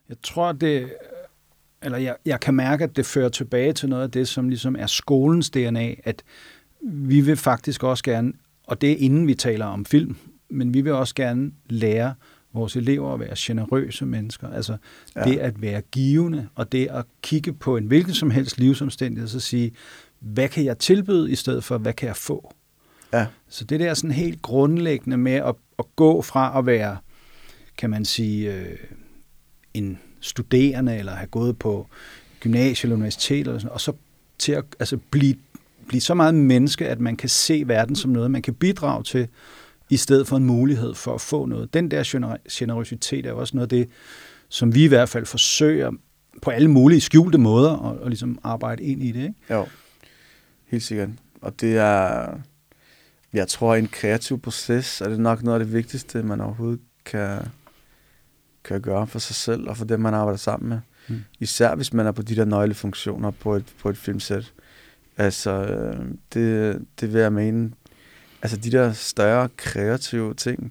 Jeg tror, jeg kan mærke, at det fører tilbage til noget af det, som ligesom er skolens DNA, at vi vil faktisk også gerne, og det er inden vi taler om film, men vi vil også gerne lære vores elever at være generøse mennesker. Altså det at være givende, og det at kigge på en hvilken som helst livsomstændighed, så sige, hvad kan jeg tilbyde, i stedet for, hvad kan jeg få? Ja. Så det der er sådan helt grundlæggende med at gå fra at være, kan man sige, en studerende, eller have gået på gymnasie eller universitet, eller sådan, og så til at blive så meget menneske, at man kan se verden som noget, man kan bidrage til, i stedet for en mulighed for at få noget. Den der generøsitet er jo også noget af det, som vi i hvert fald forsøger på alle mulige skjulte måder at ligesom arbejde ind i det. Ikke? Jo, helt sikkert. Og det er, jeg tror, en kreativ proces er det nok noget af det vigtigste, man overhovedet kan gøre for sig selv, og for dem, man arbejder sammen med. Især hvis man er på de der nøglefunktioner på et filmsæt. Altså, det vil jeg mene. Altså, de der større kreative ting.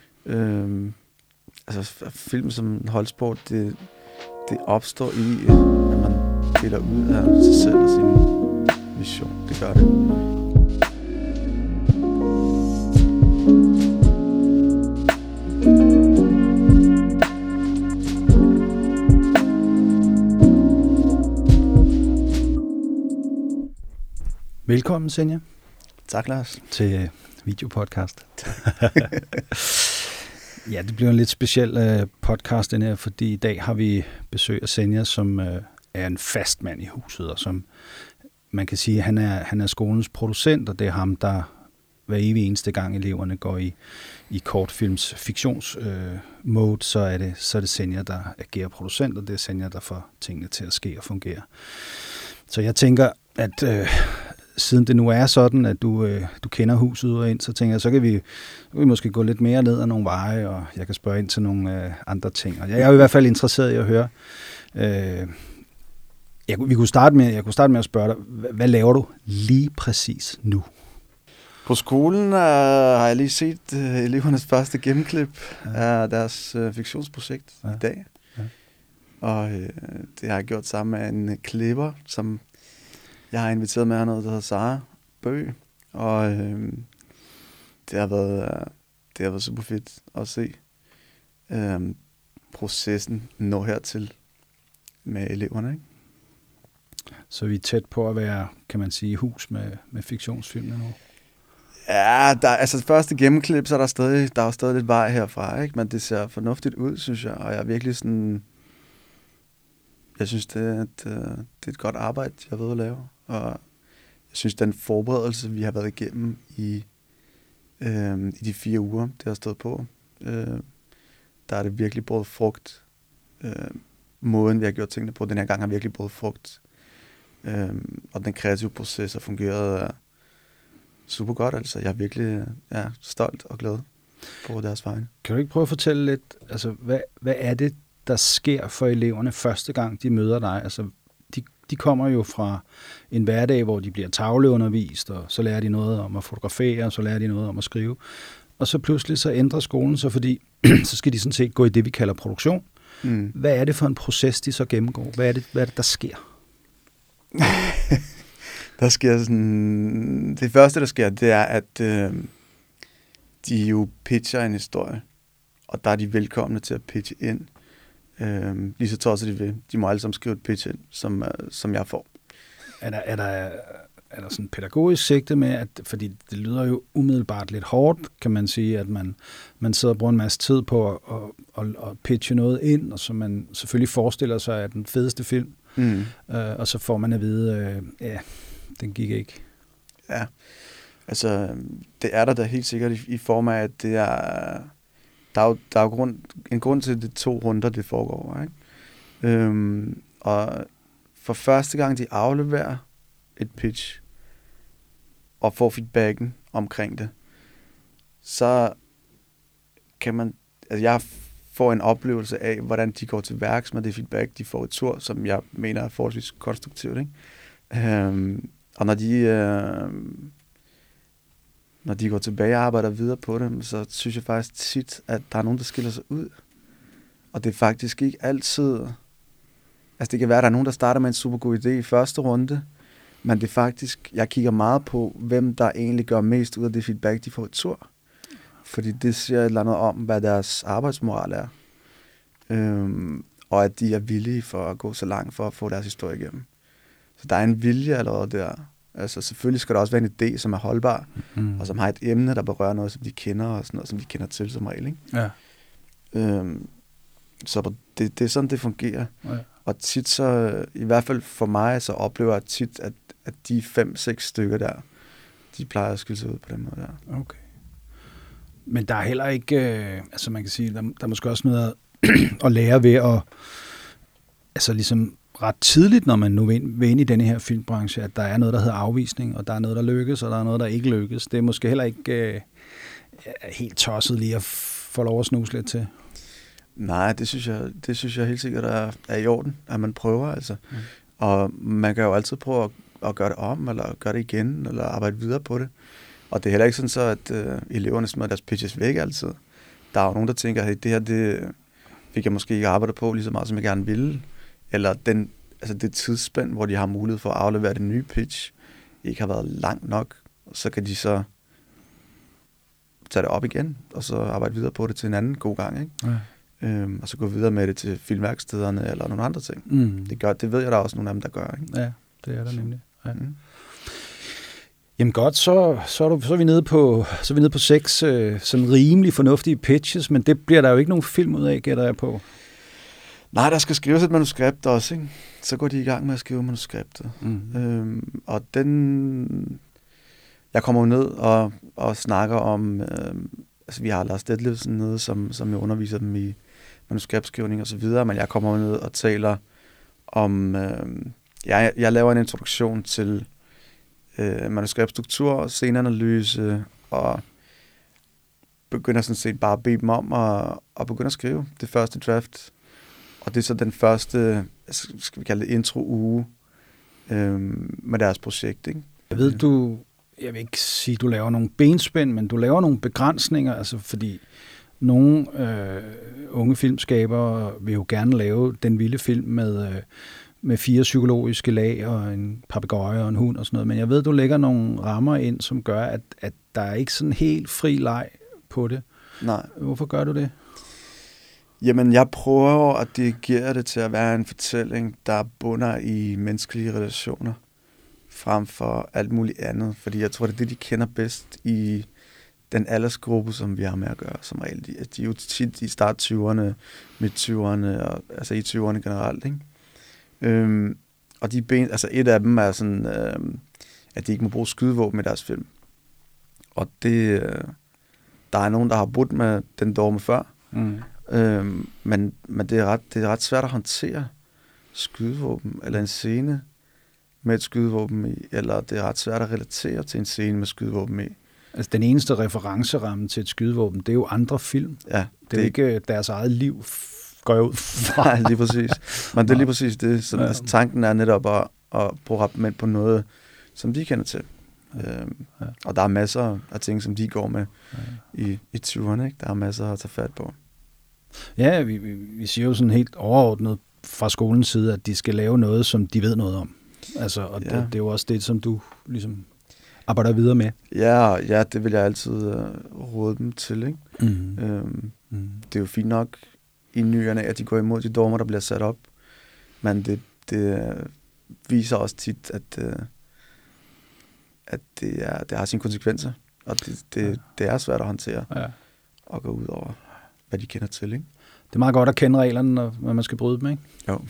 Altså, film som holdsport, det opstår i, at man deler ud af sig selv og sin vision. Det gør det. Velkommen, Senja. Tak, Lars. Til videopodcast. Ja, det bliver en lidt speciel podcast, den her, fordi i dag har vi besøg af Senja, som er en fast mand i huset, og som man kan sige, han er skolens producent, og det er ham, der hver evig eneste gang eleverne går i kortfilms fiktionsmode, så er det Senja, der agerer producent, og det er Senja, der får tingene til at ske og fungere. Så jeg tænker, at siden det nu er sådan, at du kender huset ud og ind, så tænker jeg, så kan vi måske gå lidt mere ned ad nogle veje, og jeg kan spørge ind til nogle andre ting. Og jeg er i hvert fald interesseret i at høre. Jeg kunne starte med at spørge dig, hvad laver du lige præcis nu? På skolen har jeg lige set elevernes første gennemklip af deres fiktionsprojekt i dag. Ja. Og det har jeg gjort sammen med en klipper, som jeg har inviteret med hernede, der hedder Sara Bøg. Og det har været super fedt at se processen nå hertil med eleverne, ikke? Så vi er tæt på at være, kan man sige, hus med fiktionsfilmene nu? Ja, altså første gennemklip, så er der er stadig lidt vej herfra, ikke? Men det ser fornuftigt ud, synes jeg. Og jeg er virkelig sådan, jeg synes, det er et godt arbejde, jeg har været at lave. Og jeg synes, den forberedelse, vi har været igennem i de 4 uger, det har stået på, der er det virkelig båret frugt. Måden, vi har gjort tingene på, den her gang har virkelig båret frugt. Og den kreative proces har fungeret super godt. Altså, jeg er virkelig stolt og glad på deres vegne. Kan du ikke prøve at fortælle lidt, altså, hvad er det, der sker for eleverne første gang, de møder dig? Altså, de kommer jo fra en hverdag, hvor de bliver tavleundervist, og så lærer de noget om at fotografere, og så lærer de noget om at skrive. Og så pludselig så ændrer skolen sig, fordi så skal de sådan set gå i det, vi kalder produktion. Hvad er det for en proces, de så gennemgår? Hvad er det der sker? Der sker sådan, det første, der sker, det er, at de jo pitcher en historie, og der er de velkomne til at pitche ind. Lige så tosset de vil. De må alle sammen skrive et pitch ind, som jeg får. Er der sådan pædagogisk sigte med, at, fordi det lyder jo umiddelbart lidt hårdt, kan man sige, at man sidder og bruger en masse tid på at pitche noget ind, og så man selvfølgelig forestiller sig, at den fedeste film, og så får man at vide, den gik ikke. Ja, altså det er der da helt sikkert i form af, at det er, der er jo en grund til, at det er 2 runder, det foregår, ikke? Og for første gang, de afleverer et pitch, og får feedbacken omkring det, så kan man, altså jeg får en oplevelse af, hvordan de går til værks med det feedback, de får et tur, som jeg mener er forholdsvis konstruktivt, ikke? Og når de går tilbage og arbejder videre på det, så synes jeg faktisk tit, at der er nogen, der skiller sig ud. Og det er faktisk ikke altid... Altså det kan være, at der er nogen, der starter med en super god idé i første runde, men det er faktisk... Jeg kigger meget på, hvem der egentlig gør mest ud af det feedback, de får i tur. Fordi det siger et eller andet om, hvad deres arbejdsmoral er. Og at de er villige for at gå så langt for at få deres historie igennem. Så der er en vilje allerede der. Altså selvfølgelig skal der også være en idé, som er holdbar, og som har et emne, der berører noget, som de kender, og sådan noget, som de kender til som regel. Ikke? Ja. Så det er sådan, det fungerer. Ja. Og tit så, i hvert fald for mig, så oplever jeg tit, at de 5-6 stykker der, de plejer at skille sig ud på den måde der. Okay. Men der er heller ikke, altså man kan sige, der er måske også noget at lære ved at, altså ligesom ret tidligt, når man nu vil ind i denne her filmbranche, at der er noget, der hedder afvisning, og der er noget, der lykkes, og der er noget, der ikke lykkes. Det er måske heller ikke helt tosset lige at få lov at snuse lidt til. Nej, det synes jeg helt sikkert er i orden, at man prøver, altså. Og man kan jo altid prøve at gøre det om, eller gøre det igen, eller arbejde videre på det. Og det er heller ikke sådan så, at eleverne smider deres pitches væk altid. Der er jo nogen, der tænker, at det her, det fik jeg måske ikke arbejde på lige så meget, som jeg gerne ville. Eller det tidsspænd, hvor de har mulighed for at aflevere den nye pitch, ikke har været langt nok. Så kan de så tage det op igen, og så arbejde videre på det til en anden god gang, ikke? Ja. Og så gå videre med det til filmværkstederne eller nogle andre ting. Det ved jeg, der er også nogle af dem, der gør. Ikke? Ja, det er der nemlig. Ja. Jamen godt, så er vi nede på 6 sådan rimelig fornuftige pitches, men det bliver der jo ikke nogen film ud af, gætter jeg på. Nej, der skal skrives et manuskript også, ikke? Så går de i gang med at skrive manuskriptet. Og jeg kommer jo ned og snakker om... altså vi har Lars Detlevsen nede, som jeg underviser dem i manuskriptskrivning og så videre, men jeg kommer ned og taler om... jeg laver en introduktion til manuskriptstruktur, sceneanalyse, og begynder sådan set bare at bede dem om at begynde at skrive det første draft. Og det er så den første, skal vi kalde det intro-uge med deres projekt, ikke? Jeg vil ikke sige, at du laver nogle benspænd, men du laver nogle begrænsninger, altså fordi nogle unge filmskabere vil jo gerne lave den vilde film med 4 psykologiske lag og en papegøje og en hund og sådan noget, men jeg ved, du lægger nogle rammer ind, som gør, at der er ikke sådan helt fri leg på det. Nej. Hvorfor gør du det? Jamen, jeg prøver at dirigere det til at være en fortælling, der bunder i menneskelige relationer, frem for alt muligt andet. Fordi jeg tror, det er det, de kender bedst i den aldersgruppe, som vi har med at gøre som regel. De er jo tit i start 20'erne, midt-20'erne, og altså i 20'erne generelt, ikke? Og et af dem er sådan, at de ikke må bruge skydevåben i deres film. Og det, der er nogen, der har brudt med den dogme før. Men det er ret svært at håndtere skydevåben, eller en scene med et skydevåben i, eller det er ret svært at relatere til en scene med skydevåben i. Altså den eneste referenceramme til et skydevåben, det er jo andre film. Ja, det er ikke deres eget liv, går jeg ud fra. Nej, lige præcis. Men det er lige præcis det. Så, altså, tanken er netop at bruge rappement på noget, som de kender til. Og der er masser af ting, som de går med i 20'erne. Ikke? Der er masser at tage fat på. Ja, vi siger jo sådan helt overordnet fra skolens side, at de skal lave noget, som de ved noget om. Altså, og det er jo også det, som du ligesom arbejder videre med. Ja, det vil jeg altid råde dem til. Ikke? Det er jo fint nok i nyerne, at de går imod de dogmer, der bliver sat op. Men det viser også tit, at det har sine konsekvenser. Og det er svært at håndtere og gå ud over, hvad de kender til, ikke? Det er meget godt at kende reglerne, når man skal bryde dem, ikke? Jo.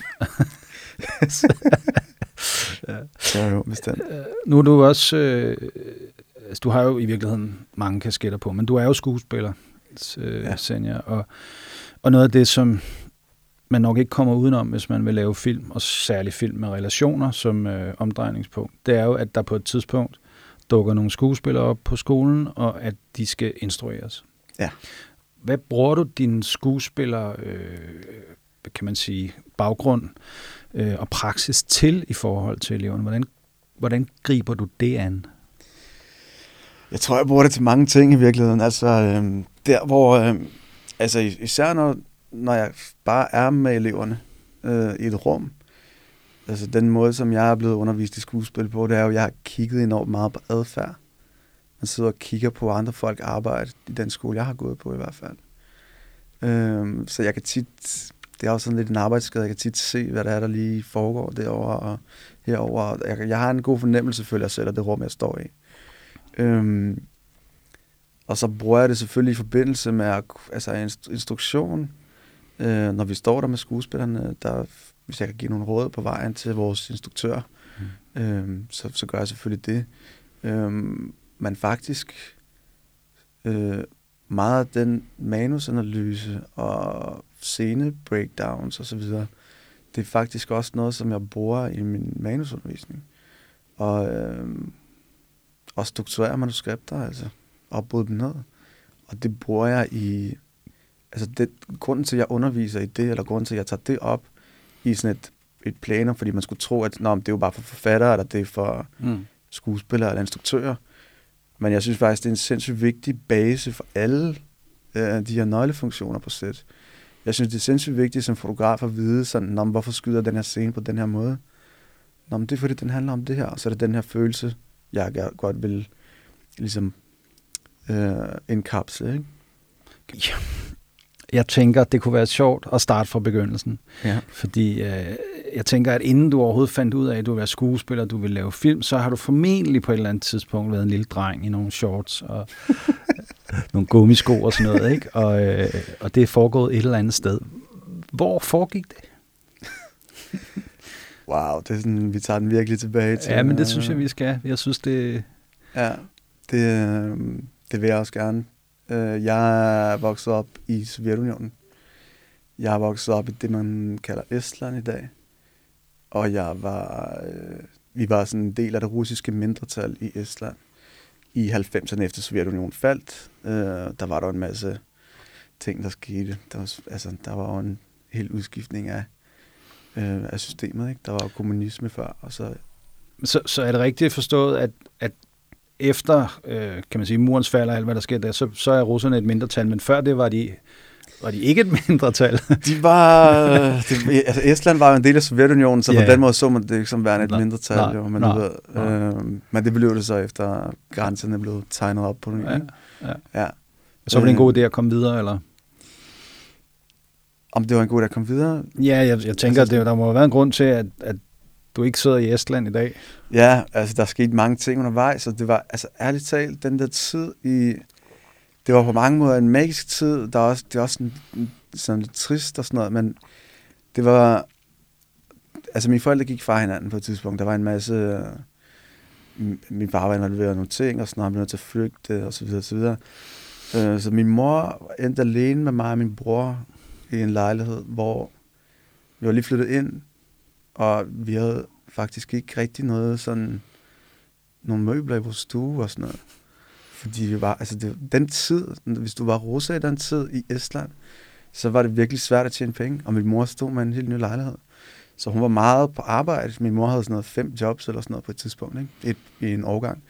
Jo, bestemt. Nu er du også... du har jo i virkeligheden mange kasketter på, men du er jo skuespiller, Senja, og noget af det, som man nok ikke kommer udenom, hvis man vil lave film, og særligt film med relationer som omdrejningspunkt, det er jo, at der på et tidspunkt dukker nogle skuespillere op på skolen, og at de skal instrueres. Ja. Hvad bruger du din skuespiller, kan man sige, baggrund og praksis til i forhold til eleverne? Hvordan griber du det an? Jeg tror, jeg bruger det til mange ting i virkeligheden. Altså, der hvor... især når jeg bare er med eleverne i et rum. Altså den måde, som jeg er blevet undervist i skuespil på, det er jo, at jeg har kigget enormt meget på adfærd. Man sidder og kigger på andre folk arbejde i den skole, jeg har gået på i hvert fald. Så jeg kan tit, det er også sådan lidt en arbejdsskade, jeg kan tit se, hvad der er, der lige foregår derovre og herovre. Jeg har en god fornemmelse, føler jeg selv, af det rum, jeg står i. Og så bruger jeg det selvfølgelig i forbindelse med instruktion, når vi står der med skuespillerne, hvis jeg kan give nogle råd på vejen til vores instruktør, så gør jeg selvfølgelig det. Men faktisk meget af den manusanalyse og scene-breakdowns osv., det er faktisk også noget, som jeg bruger i min manusundervisning. Og strukturere manuskripter, altså opbryde dem ned. Og det bruger jeg i... Altså grunden til, at jeg underviser i det, eller grunden til, at jeg tager det op i sådan et planer, fordi man skulle tro, at det er jo bare for forfattere, eller det er for skuespillere eller instruktører. Men jeg synes faktisk, det er en sindssygt vigtig base for alle de her nøglefunktioner på sæt. Jeg synes, det er sindssygt vigtigt som fotograf at vide, sådan, hvorfor skyder den her scene på den her måde. Men det er fordi, den handler om det her, og så er det den her følelse, jeg godt vil ligesom indkapsle, ikke? Ja. Jeg tænker, det kunne være sjovt at starte fra begyndelsen. Ja. Fordi jeg tænker, at inden du overhovedet fandt ud af, at du vil være skuespiller, du vil lave film, så har du formentlig på et eller andet tidspunkt været en lille dreng i nogle shorts og nogle gummisko og sådan noget, ikke? Og det er foregået et eller andet sted. Hvor foregik det? Wow, det er sådan, vi tager den virkelig tilbage til. Ja, men det synes jeg, vi skal. Jeg synes, det... Ja, det vil jeg også gerne. Jeg er vokset op i Sovjetunionen. Jeg er vokset op i det, man kalder Estland i dag. Og vi var sådan en del af det russiske mindretal i Estland i 90'erne efter Sovjetunionen faldt. Der var der en masse ting, der skete. Der var jo en hel udskiftning af systemet, ikke? Der var jo kommunisme før. Og så er det rigtigt forstået, at efter, kan man sige, murens fald og alt, hvad der sker der, så er russerne et mindretal, men før det var de ikke et mindretal. De var... Estland var jo en del af Sovjetunionen, så på den måde så man det ikke som værende et mindretal. Men det blev det så efter grænserne blev tegnet op på den. Ja. Så var det en god idé at komme videre, eller? Om det var en god idé at komme videre? Ja, jeg tænker, at der må have været en grund til, at du ikke sidder i Estland i dag. Ja, altså der skete mange ting undervejs, så det var, altså ærligt talt, den der tid det var på mange måder en magisk tid, det er også sådan lidt trist og sådan noget, men det var, altså mine forældre gik fra hinanden på et tidspunkt, der var en masse, min far var involveret i nogle ting, og sådan noget, han blev nødt til at flygte, og så videre, og så videre. Så min mor endte alene med mig og min bror i en lejlighed, hvor vi var lige flyttet ind, og vi havde faktisk ikke rigtig noget sådan, nogle møbler i vores stue og sådan noget. Fordi det var, altså den tid, hvis du var russer i den tid i Estland, så var det virkelig svært at tjene penge, og min mor stod med en helt ny lejlighed. Så hun var meget på arbejde. Min mor havde sådan noget 5 jobs eller sådan noget på et tidspunkt, ikke? I en årgang.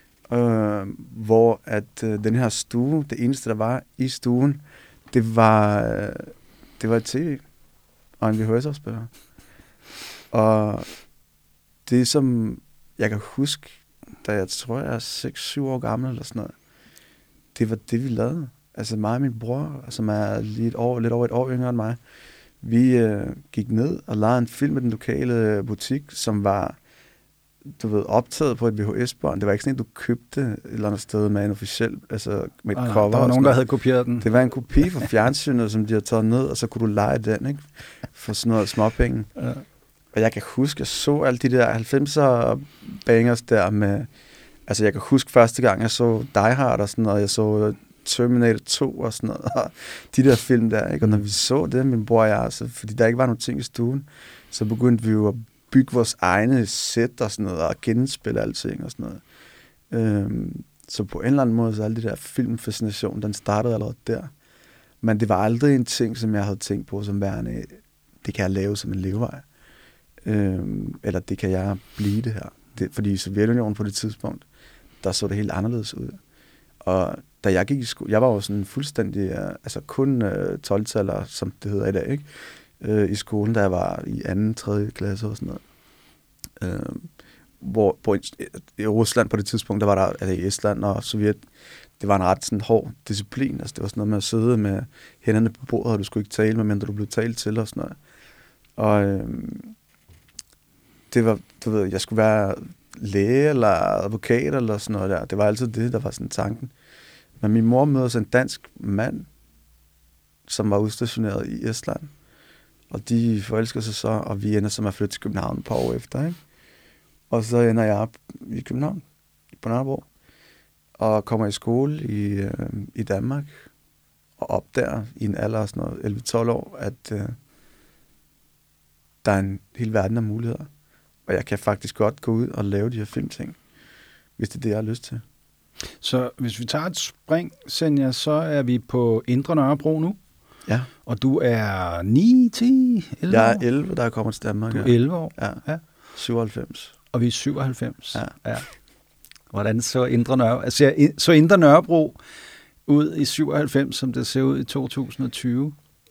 Hvor at den her stue, det eneste der var i stuen, det var et tv og en VHS-afspiller. Og det som jeg kan huske, da jeg tror jeg er 6-7 år gammel eller sådan noget, det var det vi lavede. Altså mig og min bror, som er lidt over et år yngre end mig, vi gik ned og lavede en film med den lokale butik, som var, du ved, optaget på et VHS-bånd. Det var ikke sådan, at du købte et eller andet sted med en officiel, altså med et cover. Der var nogen, der havde kopieret den. Det var en kopi fra fjernsynet, som de havde taget ned, og så kunne du lege den, ikke? For sådan noget småpenge. Ja. Og jeg kan huske, jeg så alle de der 90'er bangers der med... Altså, jeg kan huske første gang, jeg så Die Hard og sådan noget, jeg så Terminator 2 og sådan noget, og de der film der, ikke? Og når vi så det, min bror og jeg, altså, fordi der ikke var nogen ting i stuen, så begyndte vi jo at bygge vores egne sæt og sådan noget, og genspille alting og sådan noget. Så på en eller anden måde, så alle de der filmfascination, den startede allerede der. Men det var aldrig en ting, som jeg havde tænkt på som værende, det kan jeg lave som en levevej. Eller det kan jeg blive det her. Fordi i Sovjetunionen på det tidspunkt, der så det helt anderledes ud. Og da jeg gik i skole, jeg var jo sådan fuldstændig, altså kun 12-taller, som det hedder i dag, ikke? I skolen, da jeg var i 2. 3. klasse og sådan noget. Hvor i Rusland på det tidspunkt, der var der, altså i Estland og Sovjet, det var en ret sådan hård disciplin. Altså det var sådan noget med at sidde med hænderne på bordet, og du skulle ikke tale, medmindre du blev talt til og sådan noget. Og det var, du ved, jeg skulle være læge eller advokat eller sådan noget der. Det var altid det, der var sådan tanken. Men min mor møder så en dansk mand, som var udstationeret i Estland. Og de forelsker sig så, og vi ender så med at flytte til København et par år efter, ikke? Og så ender jeg op i København, på Nørrebro, og kommer i skole i Danmark, og opdager i en alder af sådan noget 11-12 år, at der er en hel verden af muligheder. Og jeg kan faktisk godt gå ud og lave de her filmting, hvis det er det, jeg har lyst til. Så hvis vi tager et spring, Senja, så er vi på Indre Nørrebro nu. Ja. Og du er 9, 10, 11 år? Jeg er 11, da jeg kommer til Danmark. Du er 11 år? Ja. 97. Og vi er 97. Ja. Hvordan så Indre Nørrebro? Altså, så Indre Nørrebro ud i 97, som det ser ud i 2020?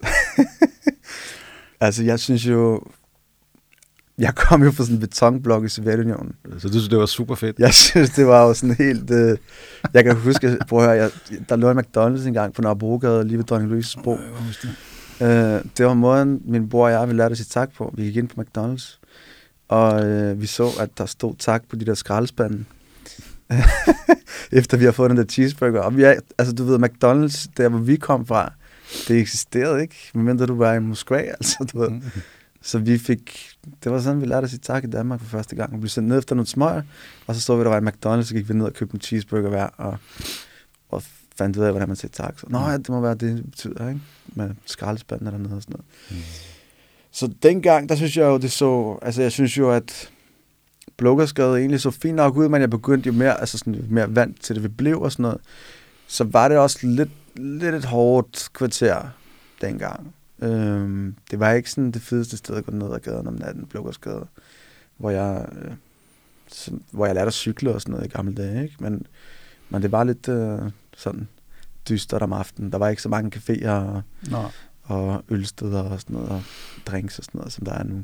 Altså, jeg synes jo... Jeg kom jo fra sådan en betonblok i Sovjetunionen. Så du synes, det var super fedt? Jeg synes, det var jo sådan helt... Jeg kan huske, prøv at høre, der lå en McDonald's engang på Nørrebrogade, lige ved Dronning Louise's Bro. Det var måden, min bror og jeg ville lære at sige tak på. Vi gik ind på McDonald's, og vi så, at der stod tak på de der skraldespande. Efter vi har fået den der cheeseburger. Og vi er, altså du ved, McDonald's, der hvor vi kom fra, det eksisterede ikke, medmindre du var i Moskva, altså du ved. Så vi fik, det var sådan, vi lærte at sige tak i Danmark for første gang. Vi blev sendt ned efter nogle smøger, og så stod vi, der var en McDonald's, så gik vi ned og købte en cheeseburger hver, og fandt ud af, hvordan man siger tak. Så, ja, det må være det betyder, ikke? Med skraldespanden dernede og sådan noget. Så dengang, der synes jeg jo, det så, altså jeg synes jo, at Blågårdsgade egentlig så fint nok ud, men jeg begyndte jo mere, altså sådan mere vant til det, vi blev og sådan noget. Så var det også lidt et hårdt kvarter dengang. Det var ikke sådan det fedeste sted at gå ned ad gaden om natten, Blågårdsgade, hvor jeg lærte at cykle og sådan noget i gamle dage, ikke? Men det var lidt sådan dystert om aftenen. Der var ikke så mange caféer og ølsteder og sådan noget, og drinks og sådan noget, som der er nu.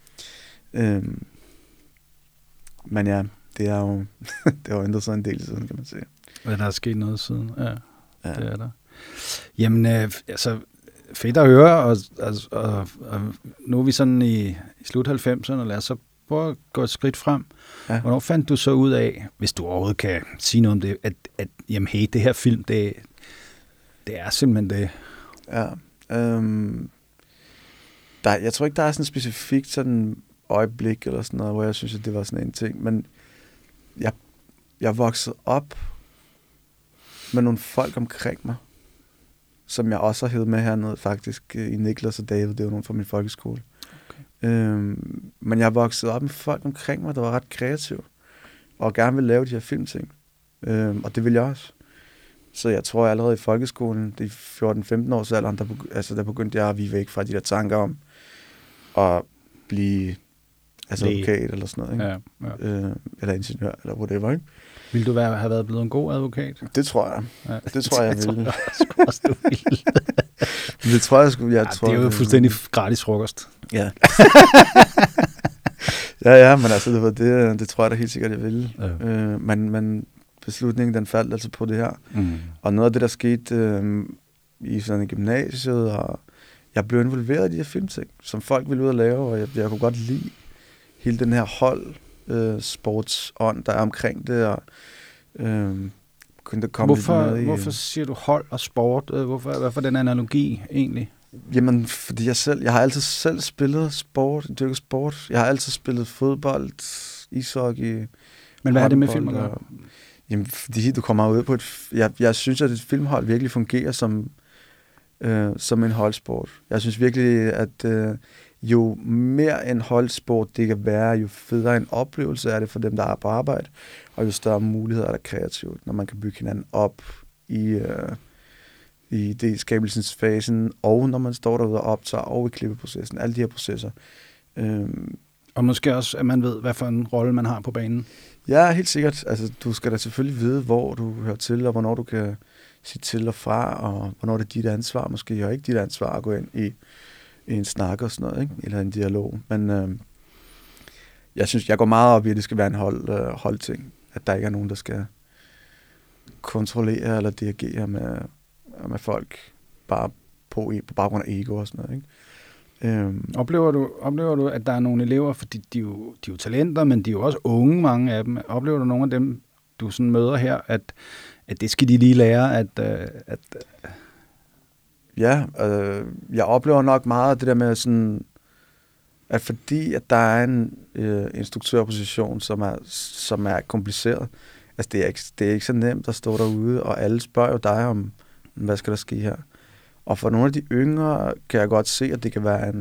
Men ja, det er jo det har ændret sig en del siden, kan man sige. Og der er sket noget siden, ja. Det er der. Jamen, altså, fedt at høre, og nu er vi sådan i slut 90'erne, og lad os så prøve at gå et skridt frem. Ja. Hvornår fandt du så ud af, hvis du overhovedet kan sige noget om det, at jamen, hey, det her film, det er simpelthen det? Ja, jeg tror ikke, der er sådan specifikt sådan øjeblik eller sådan noget, hvor jeg synes, at det var sådan en ting, men jeg voksede op med nogle folk omkring mig, som jeg også har hævet med hernede faktisk, i Niklas og David, det var nogle fra min folkeskole. Okay. Men jeg voksede op med folk omkring mig, der var ret kreative, og gerne ville lave de her filmting. Og det ville jeg også. Så jeg tror allerede i folkeskolen, det er 14-15 års alderen, der begyndte jeg at vive væk fra de der tanker om at blive advokat eller sådan noget, ikke? Ja. Eller ingeniør, eller whatever, ikke? Ville du have været blevet en god advokat? Det tror jeg. Ja. Det tror jeg ville. Det tror jeg skulle. Det er jo fuldstændig gratis frokost. Ja. ja, men altså, det tror jeg da helt sikkert, jeg ville. Ja. Men beslutningen, den faldt altså på det her. Og noget af det, der skete i sådan en gymnasiet, og jeg blev involveret i de her filmting, som folk ville ud og lave, og jeg kunne godt lide hele den her sportsånd, der er omkring det, og kunne der komme hvorfor siger du hold og sport? Hvorfor den analogi egentlig? Jamen, fordi jeg har altid selv spillet sport, dyrket sport. Jeg har altid spillet fodbold, ishockey. Men hvad er det med film at gøre? Jamen, fordi du kommer ud på jeg synes, at et filmhold virkelig fungerer som en holdsport. Jeg synes virkelig, at jo mere en holdsport det kan være, jo federe en oplevelse er det for dem, der er på arbejde, og jo større muligheder er der kreativt, når man kan bygge hinanden op i det skabelsesfasen, og når man står derude og optager, og i klippeprocessen, alle de her processer. Og måske også, at man ved, hvad for en rolle man har på banen. Ja, helt sikkert. Altså, du skal da selvfølgelig vide, hvor du hører til, og hvornår du kan sige til og fra, og hvornår det er dit ansvar, måske, og ikke dit ansvar at gå ind i en snak og sådan noget, ikke? Eller en dialog. Men jeg synes, jeg går meget op i, at det skal være en holdting. At der ikke er nogen, der skal kontrollere eller dirigere med folk bare på baggrund af ego og sådan noget, ikke? Oplever du, at der er nogle elever, fordi de er jo talenter, men de er jo også unge, mange af dem. Oplever du nogle af dem, du sådan møder her, at det skal de lige lære, Ja, jeg oplever nok meget det der med sådan, at fordi at der er en instruktørposition, som er kompliceret, altså det er ikke så nemt at stå derude, og alle spørger jo dig om, hvad skal der ske her? Og for nogle af de yngre kan jeg godt se, at det kan være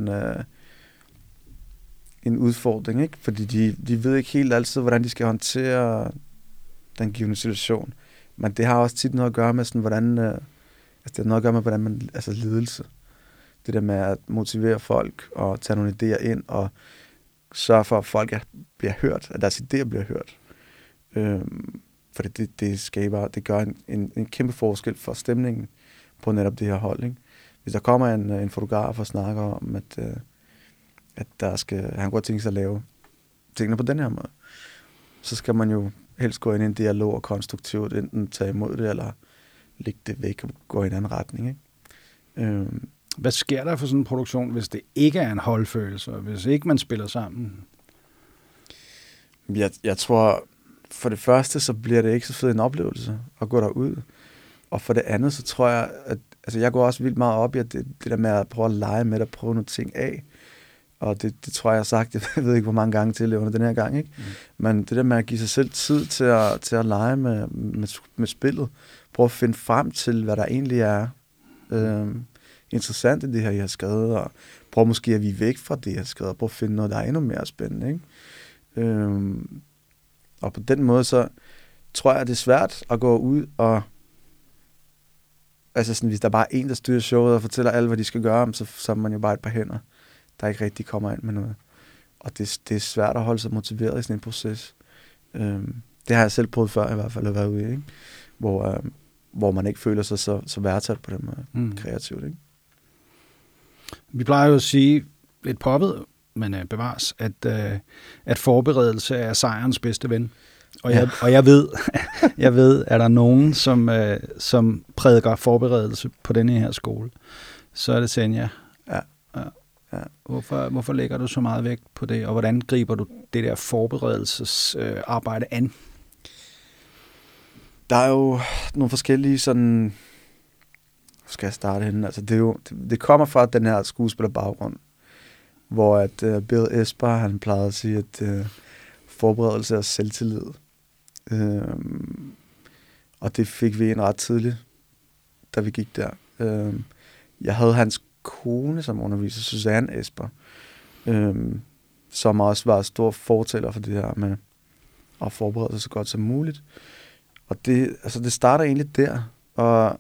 en udfordring, ikke? Fordi de ved ikke helt altid, hvordan de skal håndtere den givne situation. Men det har også tit noget at gøre med sådan, hvordan man, altså ledelse. Det der med at motivere folk og tage nogle idéer ind og sørge for, at folk bliver hørt, at deres idéer bliver hørt. For det gør en kæmpe forskel for stemningen på netop det her hold, ikke? Hvis der kommer en fotograf og snakker om, at han godt tænke sig at lave tingene på den her måde, så skal man jo helst gå ind i en dialog og konstruktivt enten tage imod det, eller lægge det væk og gå i en anden retning, ikke? Hvad sker der for sådan en produktion, hvis det ikke er en holdfølelse, og hvis ikke man spiller sammen? Jeg tror, for det første, så bliver det ikke så fed en oplevelse at gå derud. Og for det andet, så tror jeg, at altså jeg går også vildt meget op i, at det der med at prøve at lege med det, at prøve nogle ting af. Og det tror jeg har sagt, jeg ved ikke, hvor mange gange til under den her gang, ikke? Men det der med at give sig selv tid til at lege med spillet, prøve at finde frem til, hvad der egentlig er interessant i det her, I har skrevet, og prøve måske at vige væk fra det, I har skrevet, og prøve at finde noget, der er endnu mere spændende, ikke? Og på den måde, så tror jeg, det er svært at gå ud og altså sådan, hvis der bare er en, der styrer showet og fortæller alle, hvad de skal gøre, så er man jo bare et par hænder, der ikke rigtig kommer ind med noget. Og det er svært at holde sig motiveret i sådan en proces. Det har jeg selv prøvet før, i hvert fald at være ude i, ikke? Hvor man ikke føler sig så værdsat på den måde kreativt, ikke? Vi plejer jo at sige lidt poppet, men bevares, at forberedelse er sejrens bedste ven. Og jeg ved, at der er nogen, som prædiker forberedelse på denne her skole, så er det Senja. Ja. Hvorfor lægger du så meget vægt på det, og hvordan griber du det der forberedelsesarbejde an? Der er jo nogle forskellige sådan... Hvor skal jeg starte henne? Altså, det kommer fra den her skuespillerbaggrund, hvor at Bill Esper, han plejede at sige, at forberedelse er selvtillid. Og det fik vi ind ret tidligt, da vi gik der. Jeg havde hans kone som underviser, Susanne Esper, som også var stor fortæller for det her med at forberede sig så godt som muligt. Og det starter egentlig der, og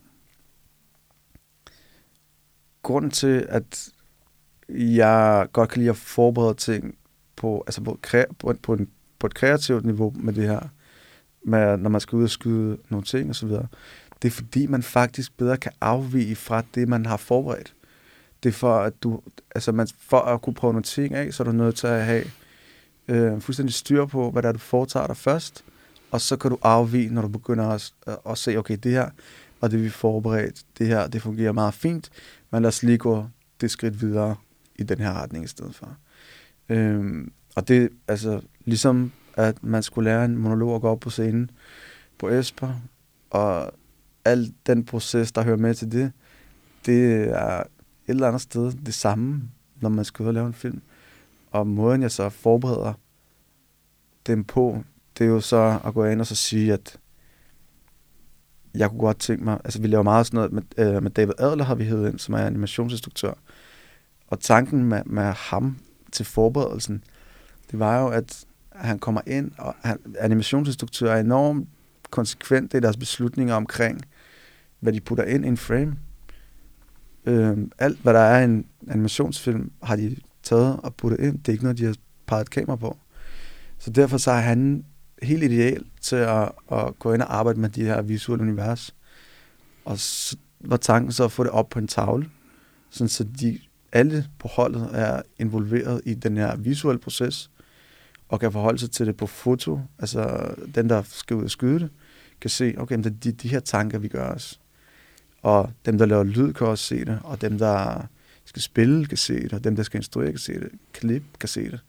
grunden til, at jeg godt kan lide at forberede ting på et kreativt niveau med det her, når man skal ud og skyde nogle ting og så videre, det er fordi, man faktisk bedre kan afvige fra det, man har forberedt. Det er for, at for at kunne prøve nogle ting af, så er du nødt til at have fuldstændig styr på, hvad der er, du foretager dig først, og så kan du afvige, når du begynder at se, okay, det her, og det vi forberedt, det her, det fungerer meget fint, men lad os lige gå det skridt videre i den her retning i stedet for. Og det, altså, ligesom at man skulle lære en monolog at gå op på scenen på Esper, og al den proces, der hører med til det, det er et eller andet sted det samme, når man skal ud og lave en film. Og måden, jeg så forbereder dem på, det er jo så at gå ind og så sige, at jeg kunne godt tænke mig, altså vi laver meget sådan noget med David Adler, har vi hævet ind, som er animationsinstruktør. Og tanken med ham til forberedelsen, det var jo, at han kommer ind, og animationsinstruktører er enormt konsekvent i deres beslutninger omkring, hvad de putter ind i en frame. Alt, hvad der er i en animationsfilm, har de taget og puttet ind. Det er ikke noget, de har peget kamera på. Så derfor så er han helt ideelt til at gå ind og arbejde med de her visuelle univers. Og så var tanken så at få det op på en tavle, sådan så alle på holdet er involveret i den her visuelle proces, og kan forholde sig til det på foto. Altså den, der skal ud og skyde det, kan se, okay, det er de her tanker, vi gør os. Og dem, der laver lyd, kan også se det, og dem, der skal spille, kan se det, og dem, der skal instruere, kan se det, klip, kan se det.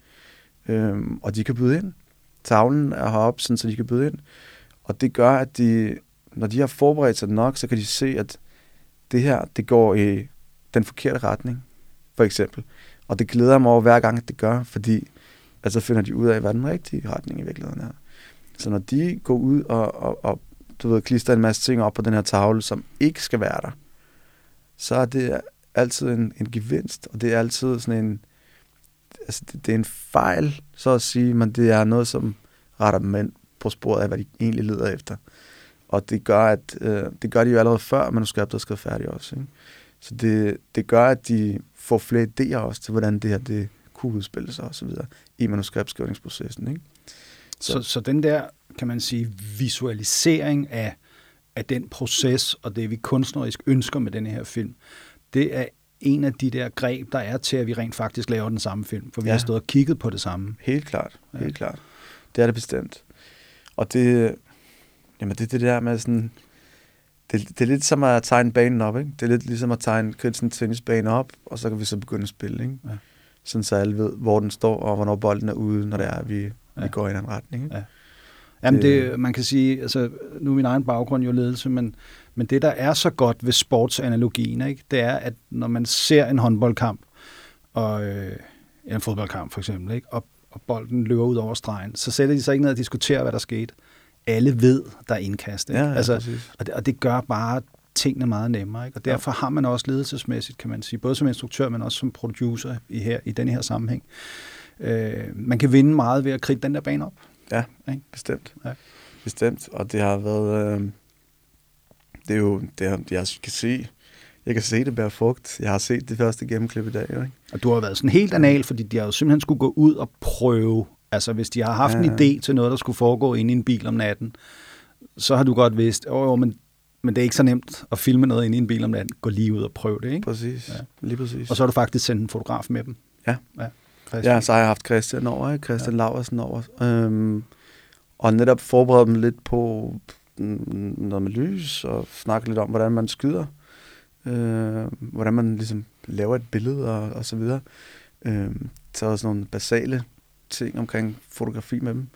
Og de kan byde ind. Tavlen er heroppe, sådan, så de kan byde ind. Og det gør, at når de har forberedt sig nok, så kan de se, at det her, det går i den forkerte retning, for eksempel. Og det glæder mig over hver gang, at det gør, fordi så finder de ud af, hvad den rigtige retning i virkeligheden er. Så når de går ud og du ved, klister en masse ting op på den her tavle, som ikke skal være der, så er det altid en gevinst, og det er altid sådan en, altså det er en fejl, så at sige, men det er noget, som retter dem ind på sporet af, hvad de egentlig leder efter. Og det gør, at det gør de jo allerede før manuskriptet er skrevet færdigt også. Ikke? Så det gør, at de får flere idéer også til, hvordan det her det kunne udspille sig og så videre i manuskriptskrivningsprocessen. Ikke? Så den der, kan man sige, visualisering af den proces og det, vi kunstnerisk ønsker med den her film, det er en af de der greb, der er til, at vi rent faktisk laver den samme film. For vi har stået og kigget på det samme. Helt klart. Helt klart. Det er det bestemt. Og det der med sådan... Det er lidt som at tegne banen op, ikke? Det er lidt ligesom at tegne en tennisbane op, og så kan vi så begynde at spille, ikke? Ja. Sådan så alle ved, hvor den står, og hvornår bolden er ude, når det er, at vi går i en anden retning, ikke? Ja. Jamen man kan sige, altså nu er min egen baggrund jo ledelse, men det, der er så godt ved sportsanalogien, ikke, det er, at når man ser en håndboldkamp, og en fodboldkamp for eksempel, ikke, og bolden løber ud over stregen, så sætter de sig ikke ned og diskuterer, hvad der skete. Alle ved, der er indkast. Ikke? Ja, altså, og det gør bare tingene meget nemmere. Ikke? Og derfor har man også ledelsesmæssigt, kan man sige, både som instruktør, men også som producer i den her sammenhæng. Man kan vinde meget ved at kridte den der bane op. Ja, ikke? Bestemt. Ja. Bestemt. Og det har været... det er jo... Jeg kan se det bære frugt. Jeg har set det første gennemklip i dag. Ikke? Og du har været sådan helt anal, fordi de har jo simpelthen skulle gå ud og prøve. Altså, hvis de har haft en idé til noget, der skulle foregå inde i en bil om natten, så har du godt vidst, men det er ikke så nemt at filme noget inde i en bil om natten. Gå lige ud og prøv det, ikke? Præcis. Ja. Lige præcis. Og så har du faktisk sendt en fotograf med dem. Ja, så har jeg haft Christian over, ikke? Christian Laursen over. Og netop forberedt dem lidt på noget med lys, og snakke lidt om, hvordan man skyder. Hvordan man ligesom laver et billede, og så videre. Så er sådan nogle basale ting omkring fotografi med dem.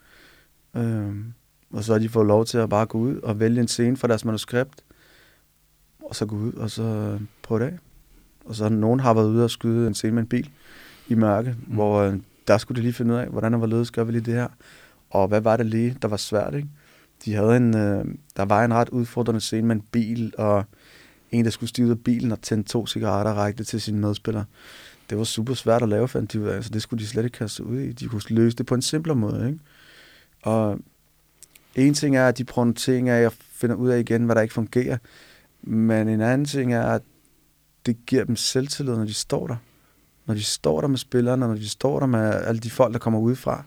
Og så har de fået lov til at bare gå ud og vælge en scene fra deres manuskript, og så gå ud og så prøve det af. Og så nogen har været ude og skyde en scene med en bil i mørke, hvor der skulle de lige finde ud af, hvordan og hvorledes gør vi lige det her. Og hvad var det lige, der var svært, ikke? De havde der var en ret udfordrende scene med en bil, og en, der skulle stige ud af bilen og tænde 2 cigaretter og række det til sine medspillere. Det var super svært at lave, fandt de ud af, så det skulle de slet ikke kaste ud i. De kunne løse det på en simplere måde, ikke? Og en ting er, at de prøver nogle ting af, og finder ud af igen, hvad der ikke fungerer. Men en anden ting er, at det giver dem selvtillid, når de står der. Når de står der med spillerne, når de står der med alle de folk, der kommer udefra,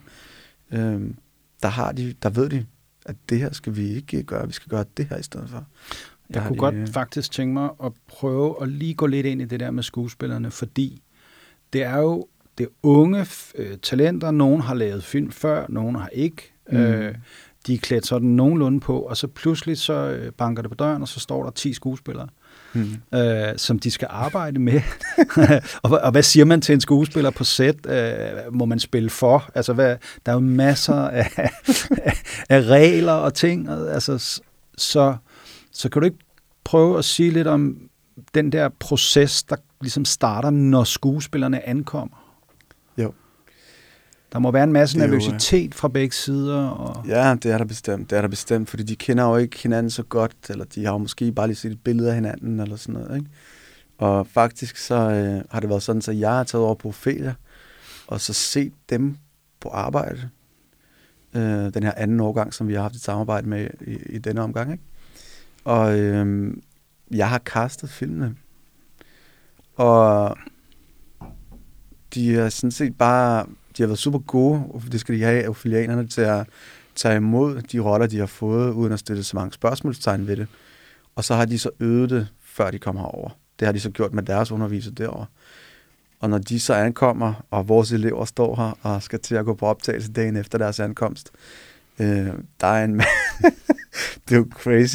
der ved de, at det her skal vi ikke gøre, vi skal gøre det her i stedet for. Jeg kunne godt faktisk tænke mig at prøve at lige gå lidt ind i det der med skuespillerne, fordi det er jo det unge talenter. Nogen har lavet film før, nogen har ikke. De er klædt sådan nogenlunde på, og så pludselig så banker det på døren, og så står der 10 skuespillere, som de skal arbejde med. og hvad siger man til en skuespiller på sæt? Må man spille for? Altså, der er jo masser af regler og ting. Altså, så kan du ikke prøve at sige lidt om den der proces, der ligesom starter, når skuespillerne ankommer? Jo. Der må være en masse nervøsitet fra begge sider. Og... Ja, det er der bestemt, fordi de kender jo ikke hinanden så godt, eller de har jo måske bare lige set et billede af hinanden, eller sådan noget, ikke? Og faktisk så har det været sådan, så jeg har taget over på Ophelia, og så set dem på arbejde. Den her anden årgang, som vi har haft et samarbejde med i denne omgang, ikke? Og jeg har castet filmene. Og de har sådan set bare... De har været super gode, og det skal de have, ophelia-erne, tage imod de roller, de har fået, uden at stille så mange spørgsmålstegn ved det. Og så har de så øvet det, før de kommer herover. Det har de så gjort med deres underviser derovre. Og når de så ankommer, og vores elever står her og skal til at gå på optagelse dagen efter deres ankomst, der er en det er jo crazy.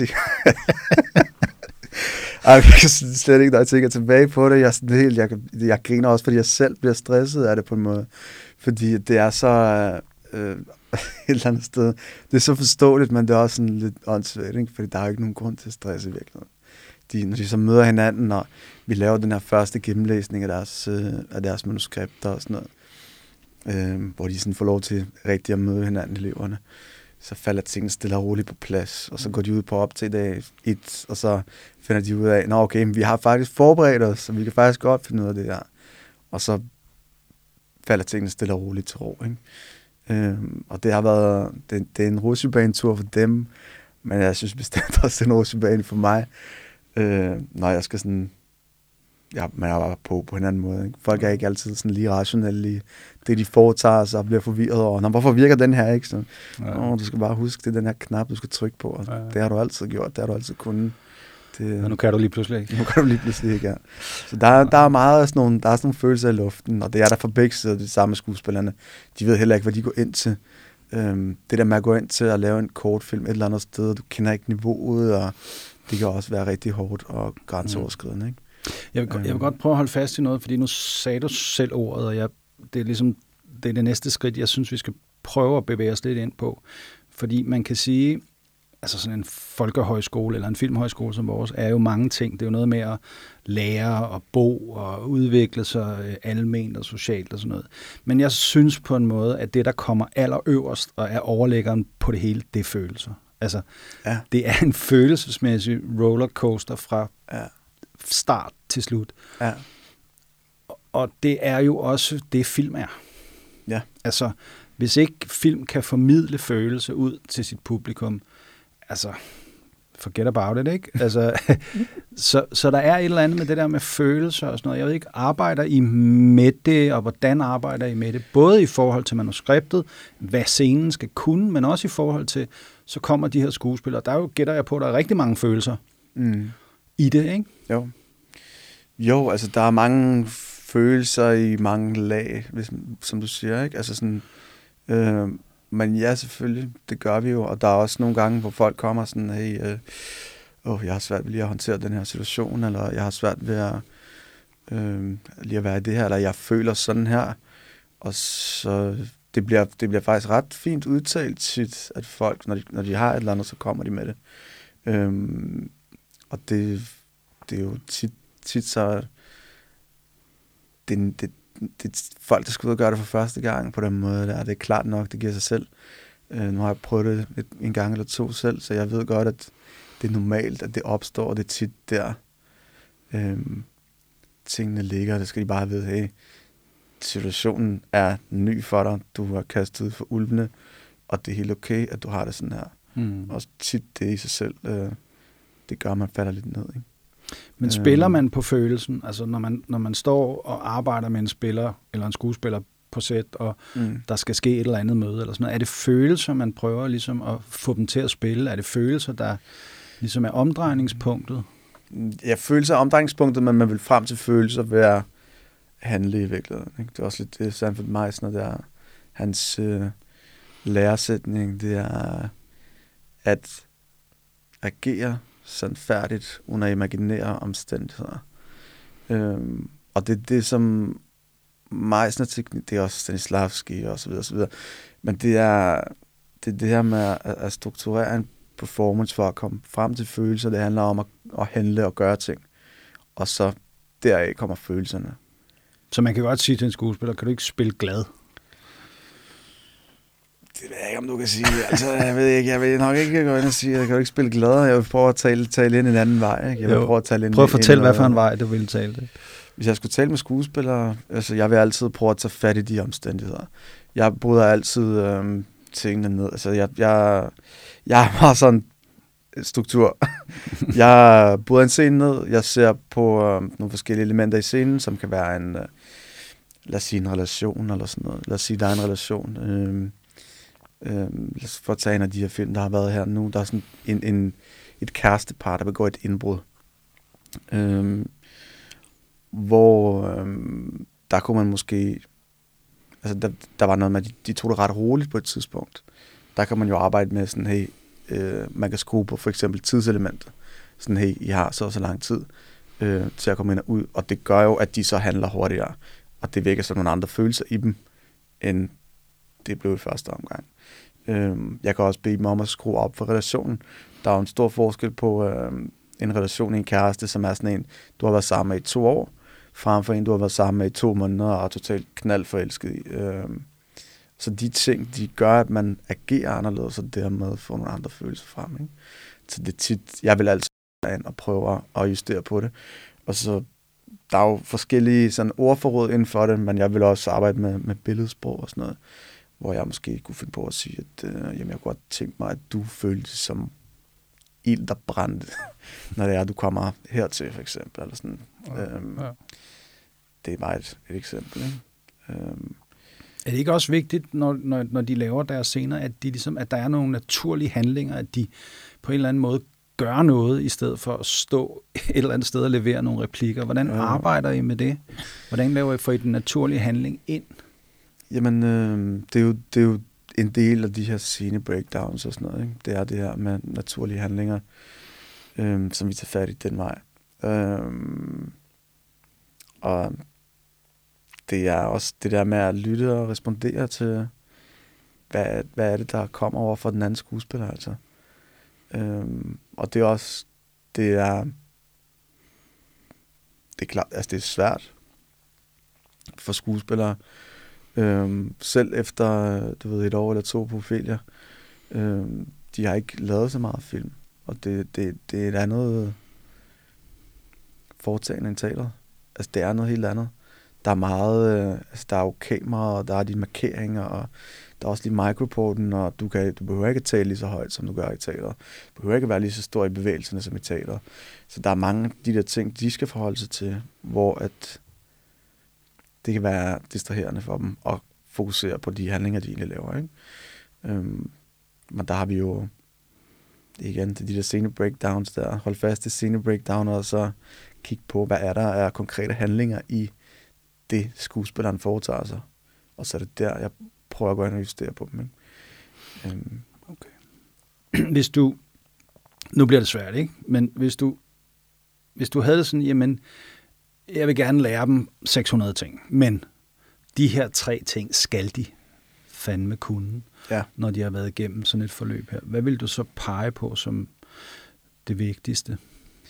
Jeg kan slet ikke, når jeg tænker tilbage på det. Jeg griner også, fordi jeg selv bliver stresset af det på en måde. Fordi det er så et eller andet sted. Det er så forståeligt, men det er også sådan lidt åndssvagt, ikke? Fordi der er jo ikke nogen grund til stress i virkeligheden. Når de så møder hinanden, og vi laver den her første gennemlæsning af deres manuskripter og sådan noget, hvor de sådan får lov til rigtig at møde hinanden, eleverne, så falder tingene stille og roligt på plads, og så går de ud på optag dag 1, og så finder de ud af, okay, vi har faktisk forberedt os, så vi kan faktisk godt finde ud af det her. Og så falder tingene stille og roligt til ro, ikke? Og det har været, det er en rutsjebanetur for dem, men jeg synes bestemt også, det er en rutsjebane for mig, når jeg skal sådan, ja, man er bare på en anden måde, ikke? Folk er ikke altid sådan lige rationelle i det, de foretager sig og bliver forvirret over. Hvorfor virker den her ikke? Så, du skal bare huske, det er den her knap, du skal trykke på. Og det har du altid gjort, det har du altid kunnet. Og nu kan du lige pludselig ikke. Nu kan du lige pludselig ikke, ja. Så der er meget sådan nogle, der er sådan nogle følelser i luften, og det er der for begge sider, de samme skuespillerne. De ved heller ikke, hvad de går ind til. Det der med at gå ind til at lave en kortfilm et eller andet sted, du kender ikke niveauet, og det kan også være rigtig hårdt og grænseoverskridende, ikke? Jeg vil godt prøve at holde fast i noget, fordi nu sagde du selv ordet, og det er ligesom det næste skridt, jeg synes, vi skal prøve at bevæge os lidt ind på. Fordi man kan sige, altså sådan en folkehøjskole eller en filmhøjskole som vores, er jo mange ting. Det er jo noget med at lære og bo og udvikle sig alment og socialt og sådan noget. Men jeg synes på en måde, at det, der kommer allerøverst og er overlæggeren på det hele, det er følelser. Altså, det er en følelsesmæssig rollercoaster fra start til slut. Ja. Og det er jo også det, film er. Ja. Altså, hvis ikke film kan formidle følelse ud til sit publikum, altså, forget about it, ikke? Altså, så der er et eller andet med det der med følelser og sådan noget. Jeg ved ikke, arbejder I med det, og hvordan arbejder I med det? Både i forhold til manuskriptet, hvad scenen skal kunne, men også i forhold til, så kommer de her skuespillere. Der er jo, gætter jeg på, der er rigtig mange følelser i det, ikke? Jo, altså der er mange følelser i mange lag, som du siger, ikke? Altså sådan, men ja, selvfølgelig, det gør vi jo, og der er også nogle gange, hvor folk kommer sådan, hey, jeg har svært ved lige at håndtere den her situation, eller jeg har svært ved at lige at være i det her, eller jeg føler sådan her, og så det bliver faktisk ret fint udtalt tit, at folk, når de har et eller andet, så kommer de med det. Og det er jo tit så det folk, der skal ud og gøre det for første gang på den måde der, det er klart nok, det giver sig selv. Nu har jeg prøvet det en gang eller to selv, så jeg ved godt, at det er normalt, at det opstår, og det er tit der tingene ligger. Det skal de bare vide, hey, situationen er ny for dig, du har kastet ud for ulvene, og det er helt okay, at du har det sådan her. Og tit det i sig selv, det gør, at man falder lidt ned, ikke? Men spiller man på følelsen? Altså når man står og arbejder med en spiller eller en skuespiller på sæt, og der skal ske et eller andet møde eller sådan noget, er det følelser, man prøver ligesom at få dem til at spille? Er det følelser, der ligesom er omdrejningspunktet? Ja, følelser er omdrejningspunktet, men man vil frem til følelser ved at handle i virkeligheden, ikke? Det er også lidt det, Sanford Meisner, der er hans læresætning, det er at agere sandfærdigt under imaginære omstændigheder. Og det er det, som Meisner-teknik, det er også Stanislavski og så videre. Men det er det her med at strukturere en performance for at komme frem til følelser. Det handler om at handle og gøre ting. Og så deraf kommer følelserne. Så man kan godt sige til en skuespiller, kan du ikke spille glad? Det ved jeg ikke, om du kan sige. Altså, jeg vil nok ikke gå ind og sige, jeg kan jo ikke spille glad. Jeg vil prøve at tale ind en anden vej. Ikke? Prøv at fortælle, hvad for en vej du ville tale det. Hvis jeg skulle tale med skuespillere, altså jeg vil altid prøve at tage fat i de omstændigheder. Jeg bryder altid tingene ned. Altså jeg har sådan en struktur. Jeg bryder en scene ned. Jeg ser på nogle forskellige elementer i scenen, som kan være lad os sige en relation eller sådan noget. Lad os sige, der er en relation. For at tage en af de her film, der har været her nu, der er sådan et kærestepar, der begår et indbrud. Hvor der kunne man måske... Altså, der var noget med, de tog det ret roligt på et tidspunkt. Der kan man jo arbejde med sådan, hey, man kan skrue på for eksempel tidselementer. Sådan, hey, I har så lang tid til at komme ind og ud, og det gør jo, at de så handler hurtigere, og det vækker så nogle andre følelser i dem, end det blev i første omgang. Jeg kan også bede dem om at skrue op for relationen. Der er jo en stor forskel på en relation i en kæreste, som er sådan en, du har været sammen med i 2 år, frem for en, du har været sammen med i 2 måneder og er totalt knaldforelsket i. Så de ting, de gør, at man agerer anderledes, og dermed får nogle andre følelser frem. Ikke? Så det er tit, jeg vil altid ind og prøve at justere på det. Og så, der er jo forskellige sådan ordforråd inden for det, men jeg vil også arbejde med billedsprog og sådan noget, hvor jeg måske kunne finde på at sige, at jeg kunne godt tænke mig, at du følte som ild, der brændte, når det er, at du kommer hertil, for eksempel. Eller sådan. Ja. Det er bare et eksempel. Ikke? Er det ikke også vigtigt, når de laver deres scener, at, at der er nogle naturlige handlinger, at de på en eller anden måde gør noget, i stedet for at stå et eller andet sted og levere nogle replikker? Hvordan arbejder I med det? Hvordan laver I for den naturlige handling ind? Jamen, det er jo en del af de her scene-breakdowns og sådan noget. Ikke? Det er det her med naturlige handlinger, som vi tager fat i den vej. Og det er også det der med at lytte og respondere til, hvad er det, der kommer over for den anden skuespiller, altså. Og det er også, det er klart, altså det er svært for skuespillere, selv efter, du ved, 1 år eller 2 på Ophelia, de har ikke lavet så meget film, og det er et andet foretagende end teateret. Altså det er noget helt andet. Der er meget, altså der er jo kamera, og der er de markeringer, og der er også lige microporten, og du behøver ikke at tale lige så højt, som du gør i teater. Du behøver ikke at være lige så stor i bevægelserne som i teater. Så der er mange af de der ting, de skal forholde sig til, hvor at det kan være distraherende for dem at fokusere på de handlinger, de egentlig laver. Ikke? Men der har vi jo igen til de der scene breakdowns der. Hold fast i scene breakdown, og så kigge på, hvad er der af konkrete handlinger i det, skuespilleren foretager sig. Og så er det der, jeg prøver at gå ind og justere på dem. Ikke? Okay. Hvis du, nu bliver det svært, ikke? Men hvis du havde sådan, jamen, jeg vil gerne lære dem 600 ting, men de her 3 ting skal de fandme kunne, når de har været igennem sådan et forløb her. Hvad vil du så pege på som det vigtigste?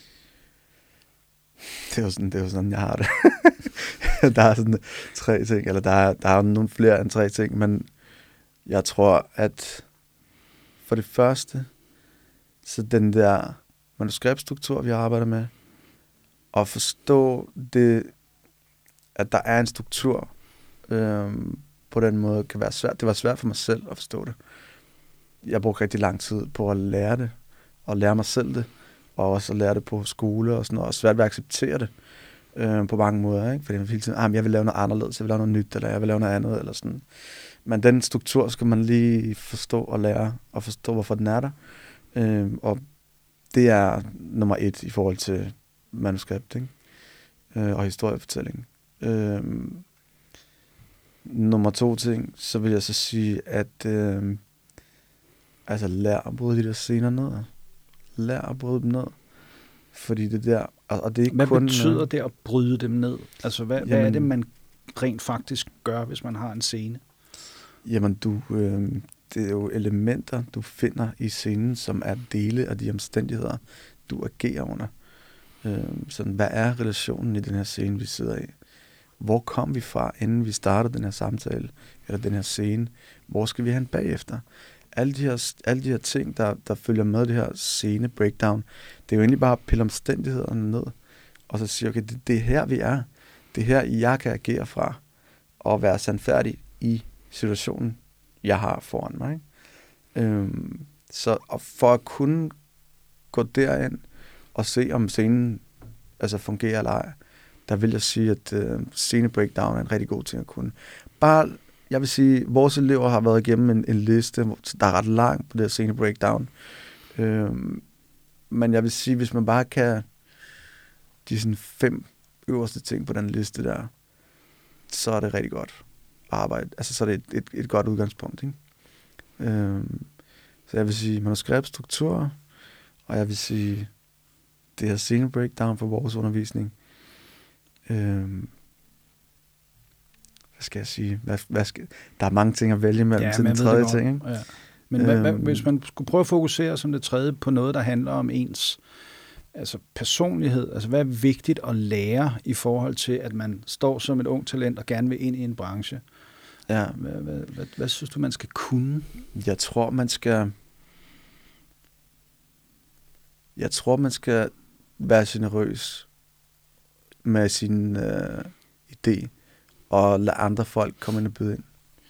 Det er jo sådan, jeg har det. Der er sådan 3 ting, eller der er nogle flere end 3 ting, men jeg tror, at for det første, så den der manuskriptstruktur, vi arbejder med, og forstå det, at der er en struktur på den måde, kan være svært. Det var svært for mig selv at forstå det. Jeg brugte rigtig lang tid på at lære det, og lære mig selv det, og også at lære det på skole og sådan noget, og svært ved at acceptere det på mange måder, ikke? Fordi man hele tiden, jeg vil lave noget anderledes, jeg vil lave noget nyt, eller jeg vil lave noget andet, eller sådan. Men den struktur skal man lige forstå og lære, og forstå, hvorfor den er der. Og det er nummer 1 i forhold til manuskript, ikke? Og historiefortælling. Nummer 2 ting, så vil jeg så sige, at altså lær at bryde de der scener ned. Lær at bryde dem ned. Fordi det der, og det er ikke hvad kun... Hvad betyder det at bryde dem ned? Altså, hvad er det, man rent faktisk gør, hvis man har en scene? Jamen, det er jo elementer, du finder i scenen, som er dele af de omstændigheder, du agerer under. Sådan, hvad er relationen i den her scene, vi sidder i? Hvor kom vi fra, inden vi startede den her samtale, eller den her scene? Hvor skal vi hen bagefter? Alle de her ting, der følger med det her scene breakdown, det er jo egentlig bare at pille omstændighederne ned, og så sige, okay, det er her, vi er. Det er her, jeg kan agere fra, og være sandfærdig i situationen, jeg har foran mig. Ikke? Så og for at kunne gå derind og se, om scenen altså fungerer eller ej, der vil jeg sige, at scene breakdown er en rigtig god ting at kunne. Bare jeg vil sige, vores elever har været igennem en liste, der er ret lang på det her Senior Breakdown. Men jeg vil sige, hvis man bare kan de sådan 5 øverste ting på den liste der, så er det rigtig godt arbejde. Altså, så er det et godt udgangspunkt, ikke? Så jeg vil sige manuskript, struktur, og jeg vil sige det her Senior Breakdown for vores undervisning. Hvad skal jeg sige? Der er mange ting at vælge mellem til den tredje ting, ikke? Ja. Men hvis man skulle prøve at fokusere som det tredje på noget, der handler om ens personlighed, altså hvad er vigtigt at lære i forhold til, at man står som et ung talent og gerne vil ind i en branche? Ja. Hvad synes du, man skal kunne? Jeg tror, man skal være generøs med sin idé, og lade andre folk komme ind og byde ind.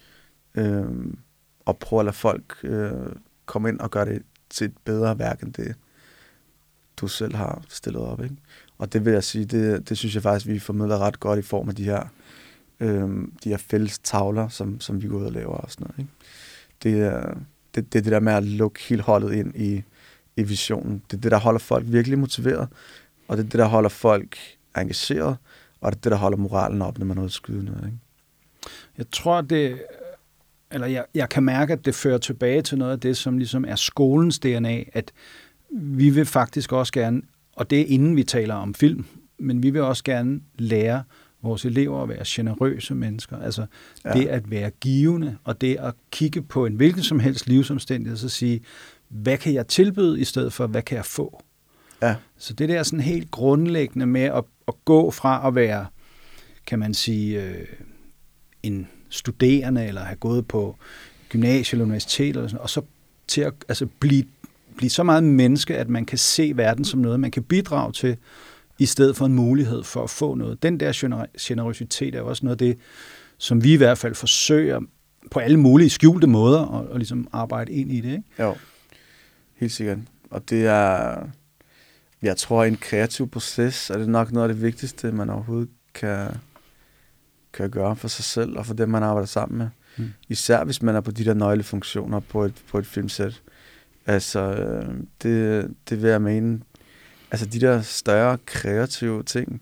Og prøve at lade folk komme ind og gøre det til et bedre værk, end det, du selv har stillet op, ikke? Og det vil jeg sige, det synes jeg faktisk, vi formidler ret godt i form af de her fælles tavler, som vi går ud og laver og sådan noget, ikke? Det er det der med at lukke hele holdet ind i visionen. Det er det, der holder folk virkelig motiveret, og det er det, der holder folk engageret, og det er det, der holder moralen op, når man er ude at skyde noget, ikke? Jeg tror, jeg kan mærke, at det fører tilbage til noget af det, som ligesom er skolens DNA, at vi vil faktisk også gerne, og det er inden vi taler om film, men vi vil også gerne lære vores elever at være generøse mennesker. Altså det at være givende, og det at kigge på en hvilken som helst livsomstændighed, og så sige, hvad kan jeg tilbyde, i stedet for, hvad kan jeg få? Ja. Så det der sådan helt grundlæggende med at gå fra at være, kan man sige, en studerende, eller have gået på gymnasie eller universitet, eller sådan, og så til at blive så meget menneske, at man kan se verden som noget, man kan bidrage til, i stedet for en mulighed for at få noget. Den der generøsitet er også noget af det, som vi i hvert fald forsøger på alle mulige skjulte måder at ligesom arbejde ind i det, ikke? Jo, helt sikkert. Og det er, jeg tror, i en kreativ proces er det nok noget af det vigtigste, man overhovedet kan gøre for sig selv og for dem, man arbejder sammen med. Især hvis man er på de der nøglefunktioner på et filmsæt. Altså, det vil jeg mene. Altså, de der større kreative ting.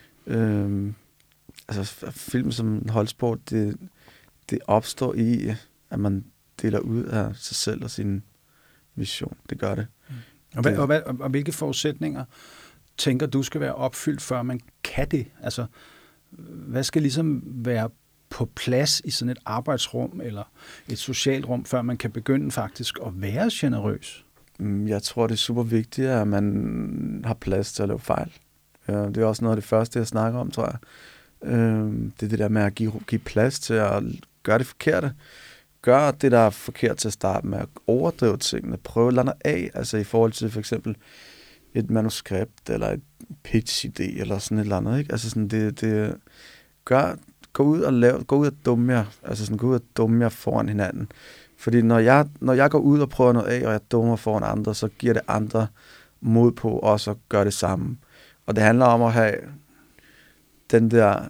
Altså, film som holdsport, det opstår i, at man deler ud af sig selv og sin vision. Det gør det. Og hvilke forudsætninger tænker du skal være opfyldt, før man kan det? Altså, hvad skal ligesom være på plads i sådan et arbejdsrum eller et socialt rum, før man kan begynde faktisk at være generøs? Jeg tror, det er super vigtigt, at man har plads til at lave fejl. Det er også noget af det første, jeg snakker om, tror jeg. Det er det der med at give plads til at gøre det forkerte. Gør det, der er forkert til at starte med, at overdrive tingene. Prøve at lande af, altså i forhold til for eksempel et manuskript, eller et pitch-idé, eller sådan et eller andet, ikke? Altså sådan, gå ud og dumme jer, altså sådan, gå ud og dumme jer foran hinanden. Fordi når jeg går ud og prøver noget af, og jeg dummer foran andre, så giver det andre mod på også at gøre det samme. Og det handler om at have den der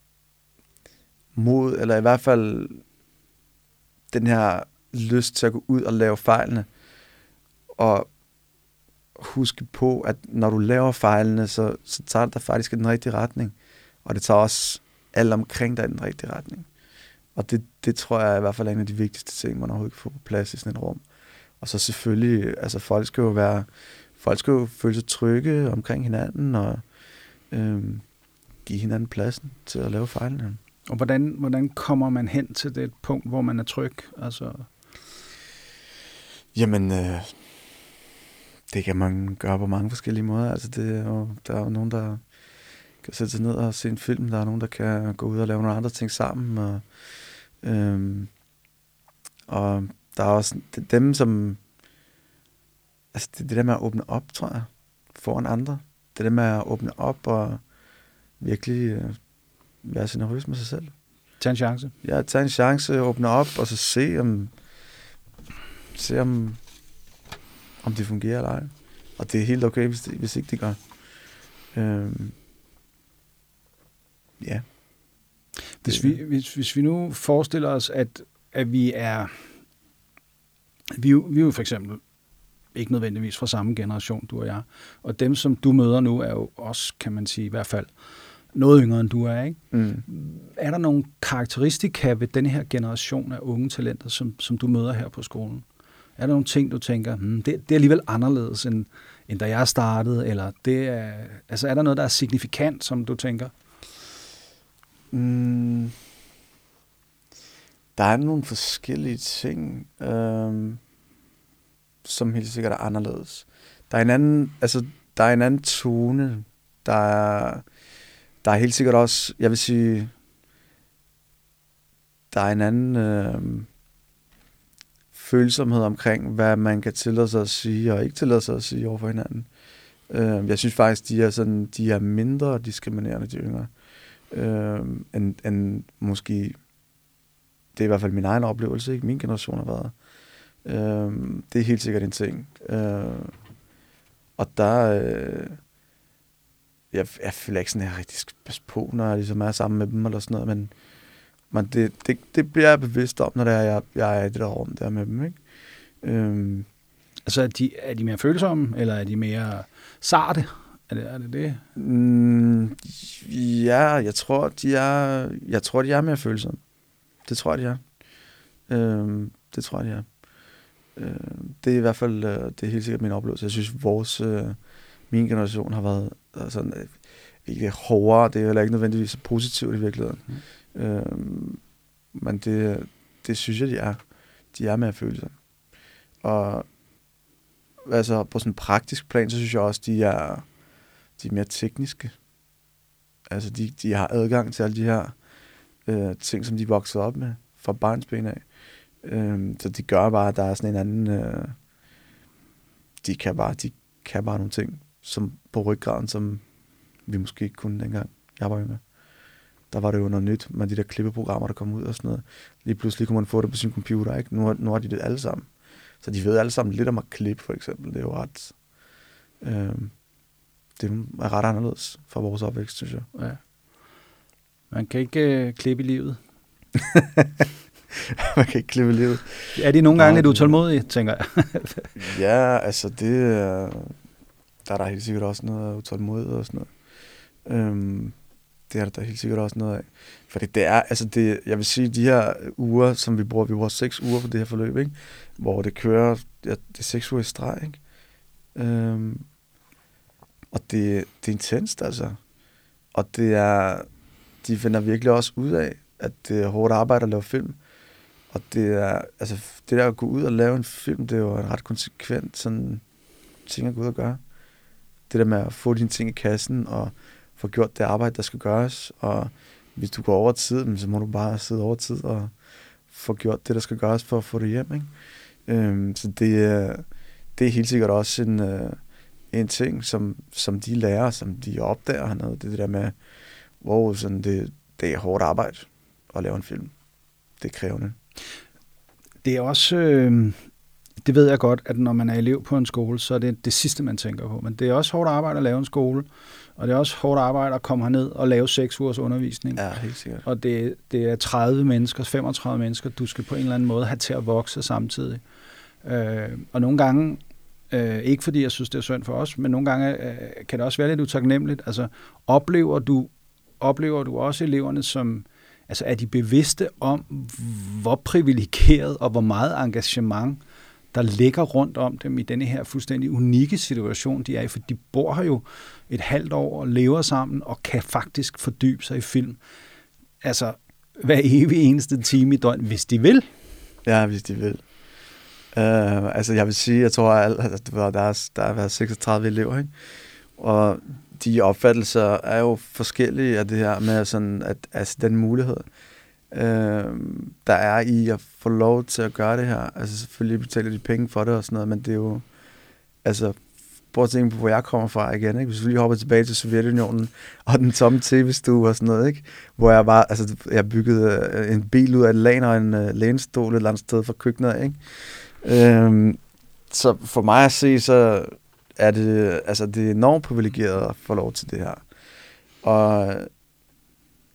mod, eller i hvert fald den her lyst til at gå ud og lave fejlene, og huske på, at når du laver fejlene, så tager det dig faktisk i den rigtige retning, og det tager også alt omkring dig i den rigtige retning. Og det tror jeg er i hvert fald en af de vigtigste ting, man overhovedet kan få på plads i sådan et rum. Og så selvfølgelig, altså folk skal jo føle sig trygge omkring hinanden, og give hinanden pladsen til at lave fejlene. Og hvordan kommer man hen til det punkt, hvor man er tryg? Altså... Jamen, det kan man gøre på mange forskellige måder. Altså, der er jo nogen, der kan sætte sig ned og se en film. Der er nogen, der kan gå ud og lave nogle andre ting sammen. Og der er også dem, som... Altså, det der med at åbne op, tror jeg, foran andre. Det der med at åbne op og virkelig være generøs med sig selv. Tag en chance. Ja, tag en chance, åbne op, og så se om det fungerer eller ej. Og det er helt okay, hvis ikke det gør. Ja. Hvis vi nu forestiller os, at vi er jo for eksempel ikke nødvendigvis fra samme generation, du og jeg, og dem, som du møder nu, er jo også, kan man sige, i hvert fald noget yngre, end du er, ikke? Er der nogle karakteristika ved den her generation af unge talenter, som du møder her på skolen? Er der nogle ting, du tænker, det er alligevel anderledes, end da jeg startede, eller er der noget, der er signifikant, som du tænker? Der er nogle forskellige ting, som helt sikkert er anderledes. Der er en anden tone. Der er helt sikkert også, jeg vil sige, der er en anden følsomhed omkring, hvad man kan tillade sig at sige og ikke tillade sig at sige over for hinanden. Jeg synes faktisk, de er mindre diskriminerende, de yngre, end måske, det er i hvert fald min egen oplevelse, ikke? Min generation har været. Det er helt sikkert en ting. Og der, jeg føler ikke sådan, at jeg rigtig skal passe på, når jeg ligesom er sammen med dem eller sådan noget, men det bliver jeg bevidst om, når jeg er i det der rum der med dem, ikke? Altså, er de mere følsomme, eller er de mere sarte? Er det det? Ja, jeg tror, de er mere følsomme. Det tror jeg, de er. Det tror jeg, de er. Det er i hvert fald, det er helt sikkert min oplevelse. Jeg synes, min generation har været sådan, ikke hårdere, det er heller ikke nødvendigvis så positivt i virkeligheden. Men det synes jeg, de er. De er mere følsomme. Og altså på sådan en praktisk plan, så synes jeg også, de er mere tekniske. Altså de har adgang til alle de her ting, som de voksede op med fra barnsben af. Så det gør bare, at der er sådan en anden... De kan bare nogle ting som på ryggraden, som vi måske ikke kunne dengang jeg var yngre. Der var det jo noget nyt med de der klippeprogrammer, der kom ud og sådan noget. Lige pludselig kunne man få det på sin computer, ikke? Nu har de det alle sammen. Så de ved alle sammen lidt om at klippe, for eksempel. Det er jo ret... det er ret anderledes fra vores opvækst, synes jeg. Ja. Man kan ikke klippe i livet. Man kan ikke klippe i livet. Er de nogle gange lidt utålmodige, tænker jeg? Ja, altså der er der helt sikkert også noget utålmodighed og sådan noget. Det er der helt sikkert også noget af. For det er, altså jeg vil sige, de her uger, som vi bruger 6 uger på det her forløb, ikke? Hvor det kører, det er 6 uger i streg, ikke? Og det er intenst, altså. Og de finder virkelig også ud af, at det er hårdt arbejde at lave film. Og det er, altså, det der at gå ud og lave en film, det er jo en ret konsekvent sådan ting at gå ud og gøre. Det der med at få dine ting i kassen, og få gjort det arbejde, der skal gøres. Og hvis du går over tid, så må du bare sidde over tid og få gjort det, der skal gøres for at få det hjem, ikke? Så det er helt sikkert også en ting, som de lærer, som de opdager hernede. Det der med, wow, sådan det er hårdt arbejde at lave en film. Det er krævende. Det er også, det ved jeg godt, at når man er elev på en skole, så er det det sidste, man tænker på. Men det er også hårdt arbejde at lave en skole, og det er også hårdt arbejde at komme herned og lave 6 ugers undervisning. Ja, helt sikkert. Og det er 30 mennesker, 35 mennesker, du skal på en eller anden måde have til at vokse samtidig. Og nogle gange, ikke fordi jeg synes, det er synd for os, men nogle gange kan det også være lidt utaknemmeligt. Altså, oplever du også eleverne som... Altså, er de bevidste om, hvor privilegeret og hvor meget engagement, der ligger rundt om dem i denne her fuldstændig unikke situation, de er i? For de bor her jo et halvt år og lever sammen og kan faktisk fordybe sig i film. Altså, hver evig eneste time i døgn, hvis de vil. Ja, hvis de vil. Altså, jeg vil sige, jeg tror, at der har været 36 elever, ikke? Og de opfattelser er jo forskellige af det her med sådan, at altså den mulighed, der er i at få lov til at gøre det her. Altså selvfølgelig betaler de penge for det og sådan noget, men det er jo, altså prøv at tænke på, hvor jeg kommer fra igen, ikke? Hvis vi lige hopper tilbage til Sovjetunionen og den tomme tv-stue og sådan noget, ikke? Hvor jeg byggede en bil ud af et lagen og en lænestol et eller andet sted fra køkkenet, ikke? Så for mig at se, så er det, altså det er enormt privilegeret at få lov til det her.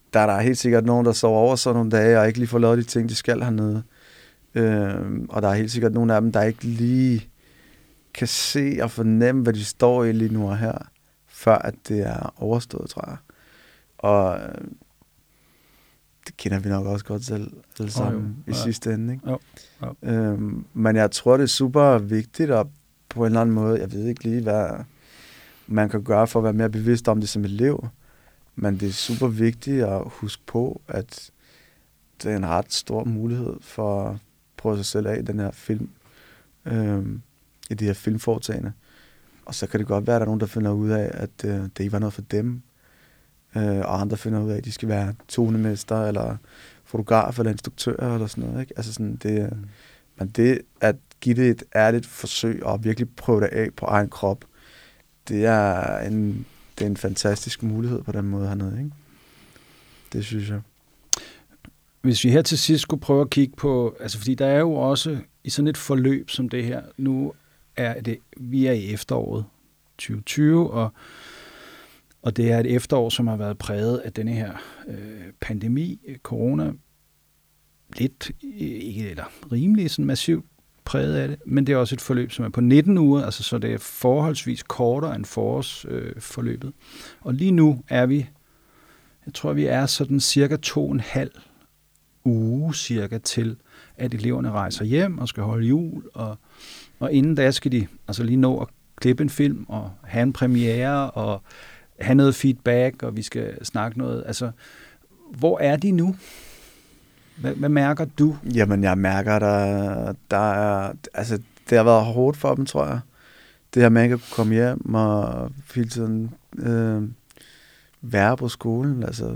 der er helt sikkert nogen, der sover over sådan nogle dage, og ikke lige får lavet de ting, de skal hernede. Og der er helt sikkert nogle af dem, der ikke lige kan se og fornemme, hvad de står i lige nu og her, før at det er overstået, tror jeg. Og det kender vi nok også godt selv alle sammen i sidste ende. Ikke? Men jeg tror, det er super vigtigt, og på en eller anden måde, jeg ved ikke lige, hvad man kan gøre for at være mere bevidst om det som elev, men det er super vigtigt at huske på, at det er en ret stor mulighed for at prøve sig selv af i den her film, i de her filmforetagende. Og så kan det godt være, at der er nogen, der finder ud af, at det ikke var noget for dem, og andre finder ud af, at de skal være tonemester, eller fotograf, eller instruktør, eller sådan noget. Ikke? Altså sådan, men det at give det et ærligt forsøg, og virkelig prøve det af på egen krop, det er en fantastisk mulighed på den måde hernede. Ikke? Det synes jeg. Hvis vi her til sidst skulle prøve at kigge på, altså fordi der er jo også i sådan et forløb som det her, nu er det, vi er i efteråret 2020, og det er et efterår, som har været præget af denne her pandemi, corona, lidt, ikke eller rimelig sådan massivt præget af det, men det er også et forløb, som er på 19 uger, altså så det er forholdsvis kortere end forårsforløbet. Og lige nu er vi, jeg tror, vi er sådan cirka 2,5 uge cirka til, at eleverne rejser hjem og skal holde jul, og inden da skal de altså lige nå at klippe en film og have en premiere og have noget feedback, og vi skal snakke noget. Altså, hvor er de nu? Hvad mærker du? Jamen, jeg mærker, der er... Altså, det har været hårdt for dem, tror jeg. Det her med ikke at komme hjem og hele tiden være på skolen. Altså,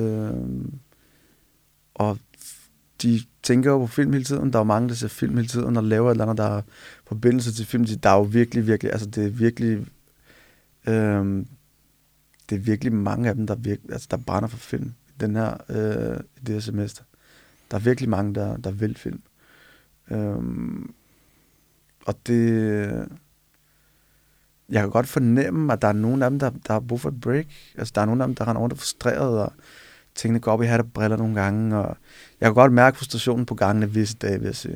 og de tænker jo på film hele tiden. Der er jo mange, der ser film hele tiden, og laver et eller andet, der har forbindelse til film. Der er jo virkelig, virkelig... Altså, det er virkelig... det er virkelig mange af dem, der brænder for film i det her semester. Der er virkelig mange, der vil film. Og det... Jeg kan godt fornemme, at der er nogle af dem, der har brug for et break. Altså, der er nogle af dem, der render rundt og frustreret, og tingene går op i hat og briller nogle gange. Og jeg kan godt mærke frustrationen på gangene visse dage, vil jeg sige.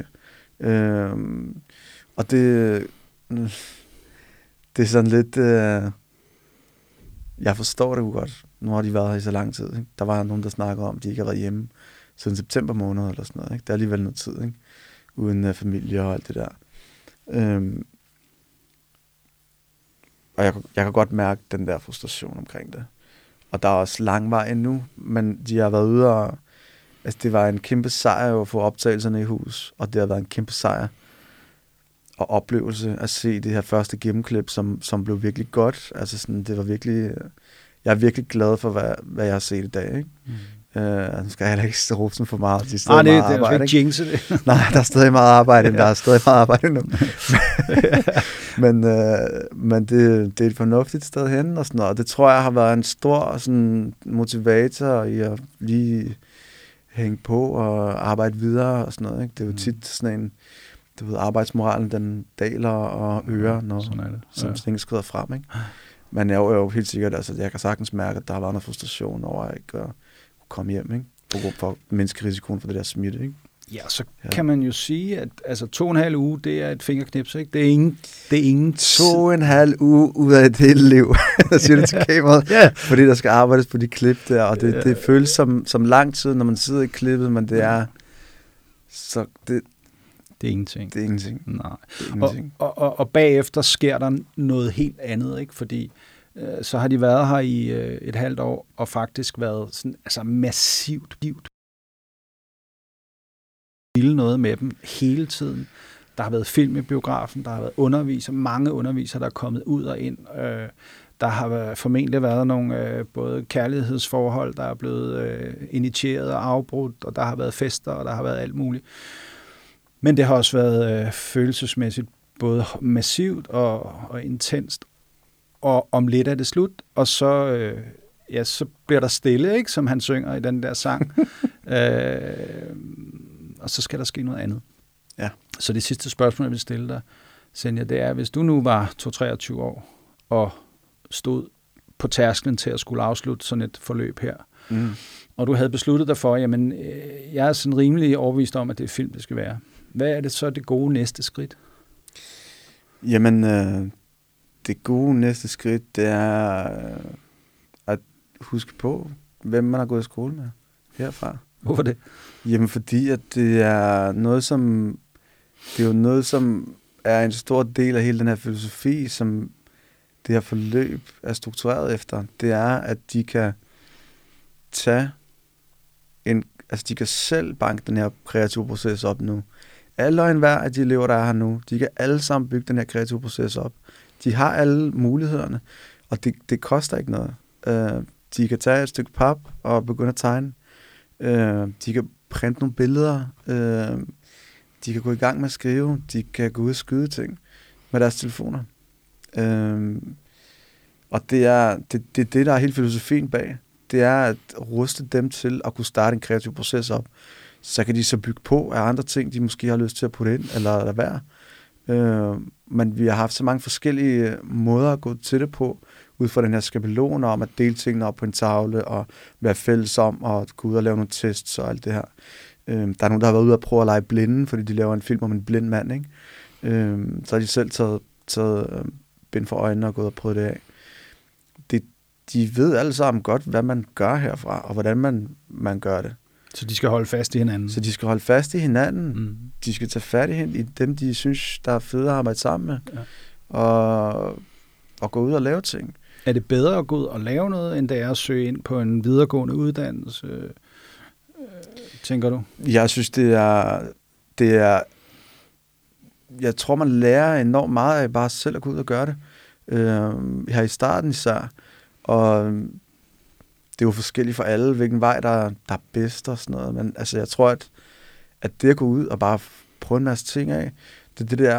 Og det er sådan lidt... Jeg forstår det jo godt. Nu har de været her i så lang tid. Ikke? Der var nogen, der snakkede om, at de ikke har været hjemme siden september måned eller sådan noget. Ikke? Det er alligevel noget tid, ikke? Uden familie og alt det der. Og jeg kan godt mærke den der frustration omkring det. Og der er også lang vej endnu, men de har været ude og... Altså, det var en kæmpe sejr at få optagelserne i hus, og det har været en kæmpe sejr og oplevelse at se det her første gennemklip, som blev virkelig godt. Altså sådan, det var virkelig... Jeg er virkelig glad for, hvad jeg har set i dag, ikke? Nu skal jeg heller ikke råbe sådan for meget. Det er ikke jinxe det. Nej, der er stadig meget arbejde. Der er stadig meget arbejde nu. men det er et fornuftigt sted hen, og sådan noget. Og det tror jeg har været en stor sådan, motivator i at lige hænge på og arbejde videre og sådan noget. Ikke? Det er jo tit sådan en... Du ved, arbejdsmoralen, den daler og øger, når sådan ting skrider frem, ikke? Men jeg er jo helt sikkert, altså jeg kan sagtens mærke, at der har været noget frustration over at ikke kunne komme hjem, ikke? På grund for menneskerisikoen for det der smitte, ikke? Ja, så kan man jo sige, at altså 2,5 uge, det er et fingerknips, ikke? Det er ingen 2,5 uge ud af et helt liv, der siger det til kameraet, yeah. Fordi der skal arbejdes på de klip der, og det føles som lang tid, når man sidder i klippet, men det er så... Det er ingenting. Det er ingenting. Nej. Og bagefter sker der noget helt andet, ikke? Fordi så har de været her i et halvt år, og faktisk været sådan, altså massivt noget med dem hele tiden. Der har været film i biografen, der har været mange undervisere, der er kommet ud og ind. Der har formentlig været nogle både kærlighedsforhold, der er blevet initieret og afbrudt, og der har været fester, og der har været alt muligt. Men det har også været følelsesmæssigt både massivt og intenst. Og om lidt er det slut, og så, så bliver der stille, ikke, som han synger i den der sang. Og så skal der ske noget andet. Ja. Så det sidste spørgsmål, jeg vil stille dig, Senja, det er, hvis du nu var 23 år og stod på tærsklen til at skulle afslutte sådan et forløb her, og du havde besluttet dig for, jamen, jeg er sådan rimelig overbevist om, at det er film, det skal være. Hvad er det så det gode næste skridt? Jamen, det gode næste skridt, det er at huske på, hvem man har gået i skole med herfra. Hvorfor det? Jamen, fordi at det er noget, som er en stor del af hele den her filosofi, som det her forløb er struktureret efter. Det er, at de kan de kan selv banke den her kreative proces op nu. Alle og enhver af de elever, der er her nu, de kan alle sammen bygge den her kreative proces op. De har alle mulighederne, og det koster ikke noget. De kan tage et stykke pap og begynde at tegne. De kan printe nogle billeder. De kan gå i gang med at skrive. De kan gå ud og skyde ting med deres telefoner. Og det er det, der er hele filosofien bag. Det er at ruste dem til at kunne starte en kreativ proces op. Så kan de så bygge på af andre ting, de måske har lyst til at putte ind, eller lade være. Men vi har haft så mange forskellige måder at gå til det på, ud fra den her skabelon om at dele tingene op på en tavle, og være fælles om, og gå ud og lave nogle tests og alt det her. Der er nogen, der har været ude og prøve at lege blinde, fordi de laver en film om en blind mand, ikke? Så har de selv taget bind for øjnene og gået og prøvet det af. De ved alle sammen godt, hvad man gør herfra, og hvordan man gør det. Så de skal holde fast i hinanden? Så de skal holde fast i hinanden. Mm. De skal tage fat i dem, de synes, der er fede at arbejde sammen med. Ja. Og gå ud og lave ting. Er det bedre at gå ud og lave noget, end det er at søge ind på en videregående uddannelse, tænker du? Jeg synes, det er jeg tror, man lærer enormt meget af bare selv at gå ud og gøre det. Her i starten især. Og det er jo forskelligt for alle, hvilken vej, der er bedst og sådan noget. Men altså, jeg tror, at det at gå ud og bare prøve en masse ting af, der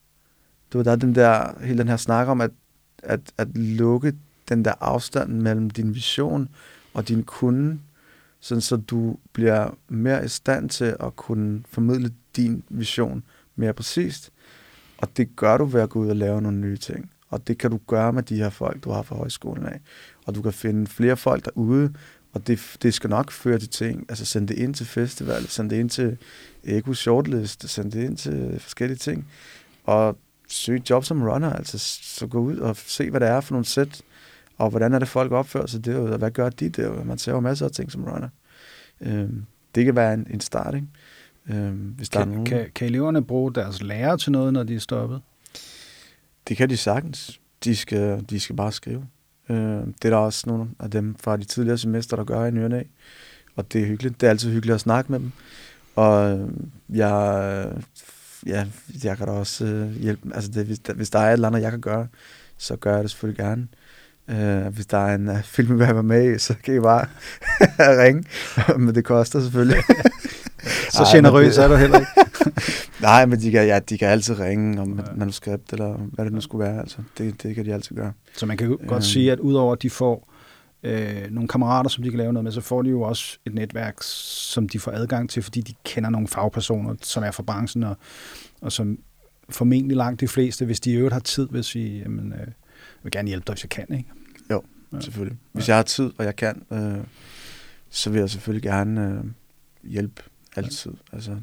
er hele den her snak om, at lukke den der afstand mellem din vision og din kunde, sådan så du bliver mere i stand til at kunne formidle din vision mere præcist. Og det gør du ved at gå ud og lave nogle nye ting. Og det kan du gøre med de her folk, du har fra højskolen af. Og du kan finde flere folk derude, og det skal nok føre til ting. Altså send det ind til festival, send det ind til Ego Shortlist, send det ind til forskellige ting. Og søg et job som runner, altså så gå ud og se, hvad det er for nogle sæt, og hvordan er det folk opfører sig derude, og hvad gør de derude. Man ser jo masser af ting som runner. Det kan være en start, ikke? Hvis der er nogen. Kan eleverne bruge deres lærer til noget, når de er stoppet? Det kan de sagtens. De skal bare skrive. Det er der også nogle af dem fra de tidligere semester, der gør i ny og næ. Og det er hyggeligt. Det er altid hyggeligt at snakke med dem. Og jeg kan da også hjælpe. Altså hvis der er et eller andet, jeg kan gøre, så gør jeg det selvfølgelig gerne. Hvis der er en film, jeg vil være med i, så kan I bare ringe. Men det koster selvfølgelig. Så generøs er du heller ikke. Nej, men de kan altid ringe om et manuskript, eller hvad det nu skulle være. Altså, det kan de altid gøre. Så man kan godt sige, at udover at de får nogle kammerater, som de kan lave noget med, så får de jo også et netværk, som de får adgang til, fordi de kender nogle fagpersoner, som er fra branchen, og som formentlig langt de fleste, hvis de i øvrigt har tid, vil sige, jamen, jeg vil gerne hjælpe dig, hvis jeg kan, ikke? Jo, selvfølgelig. Hvis jeg har tid, og jeg kan, så vil jeg selvfølgelig gerne hjælpe altid. Altså,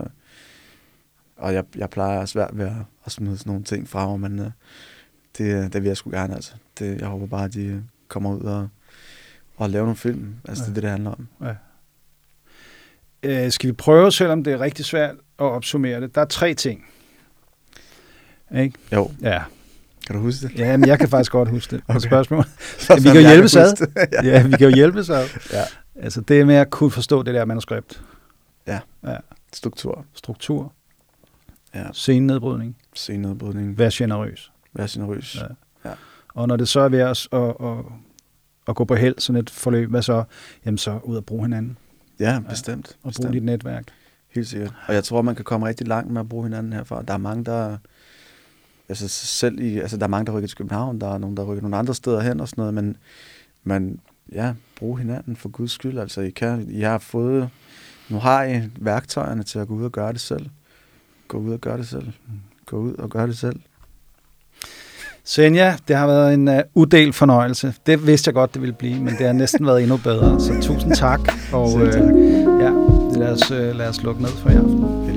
og jeg plejer også svært ved at smide sådan nogle ting fra mig, men det vil jeg sgu gerne, altså. Jeg håber bare, at de kommer ud og laver nogle film. Altså, det er det handler om. Ja. Skal vi prøve, selvom det er rigtig svært at opsummere det? Der er 3 ting. Ikke? Jo. Ja. Kan du huske det? Ja, men jeg kan faktisk godt huske det. Okay. Spørgsmål. Vi kan jo hjælpes ad. Ja, vi kan jo hjælpes ad. Ja. Altså, det er med at kunne forstå det der manuskript. Ja. Struktur. Ja. Scenenedbrydning. Vær generøs. Ja. Og når det så er ved at gå på held, sådan et forløb, hvad så? Jamen så ud og bruge hinanden. Ja, bestemt. Og bruge dit netværk. Helt sikkert. Og jeg tror, man kan komme rigtig langt med at bruge hinanden herfra. Der er mange, der der er mange, der rykker til København, der er nogen, der rykker nogle andre steder hen og sådan noget, men ja, brug hinanden for Guds skyld. Altså, nu har I værktøjerne til at gå ud og gøre det selv. Gå ud og gøre det selv. Senja, det har været en udelt fornøjelse. Det vidste jeg godt, det ville blive, men det har næsten været endnu bedre. Så tusind tak. Og tak. ja, lad os lukke ned for i aften.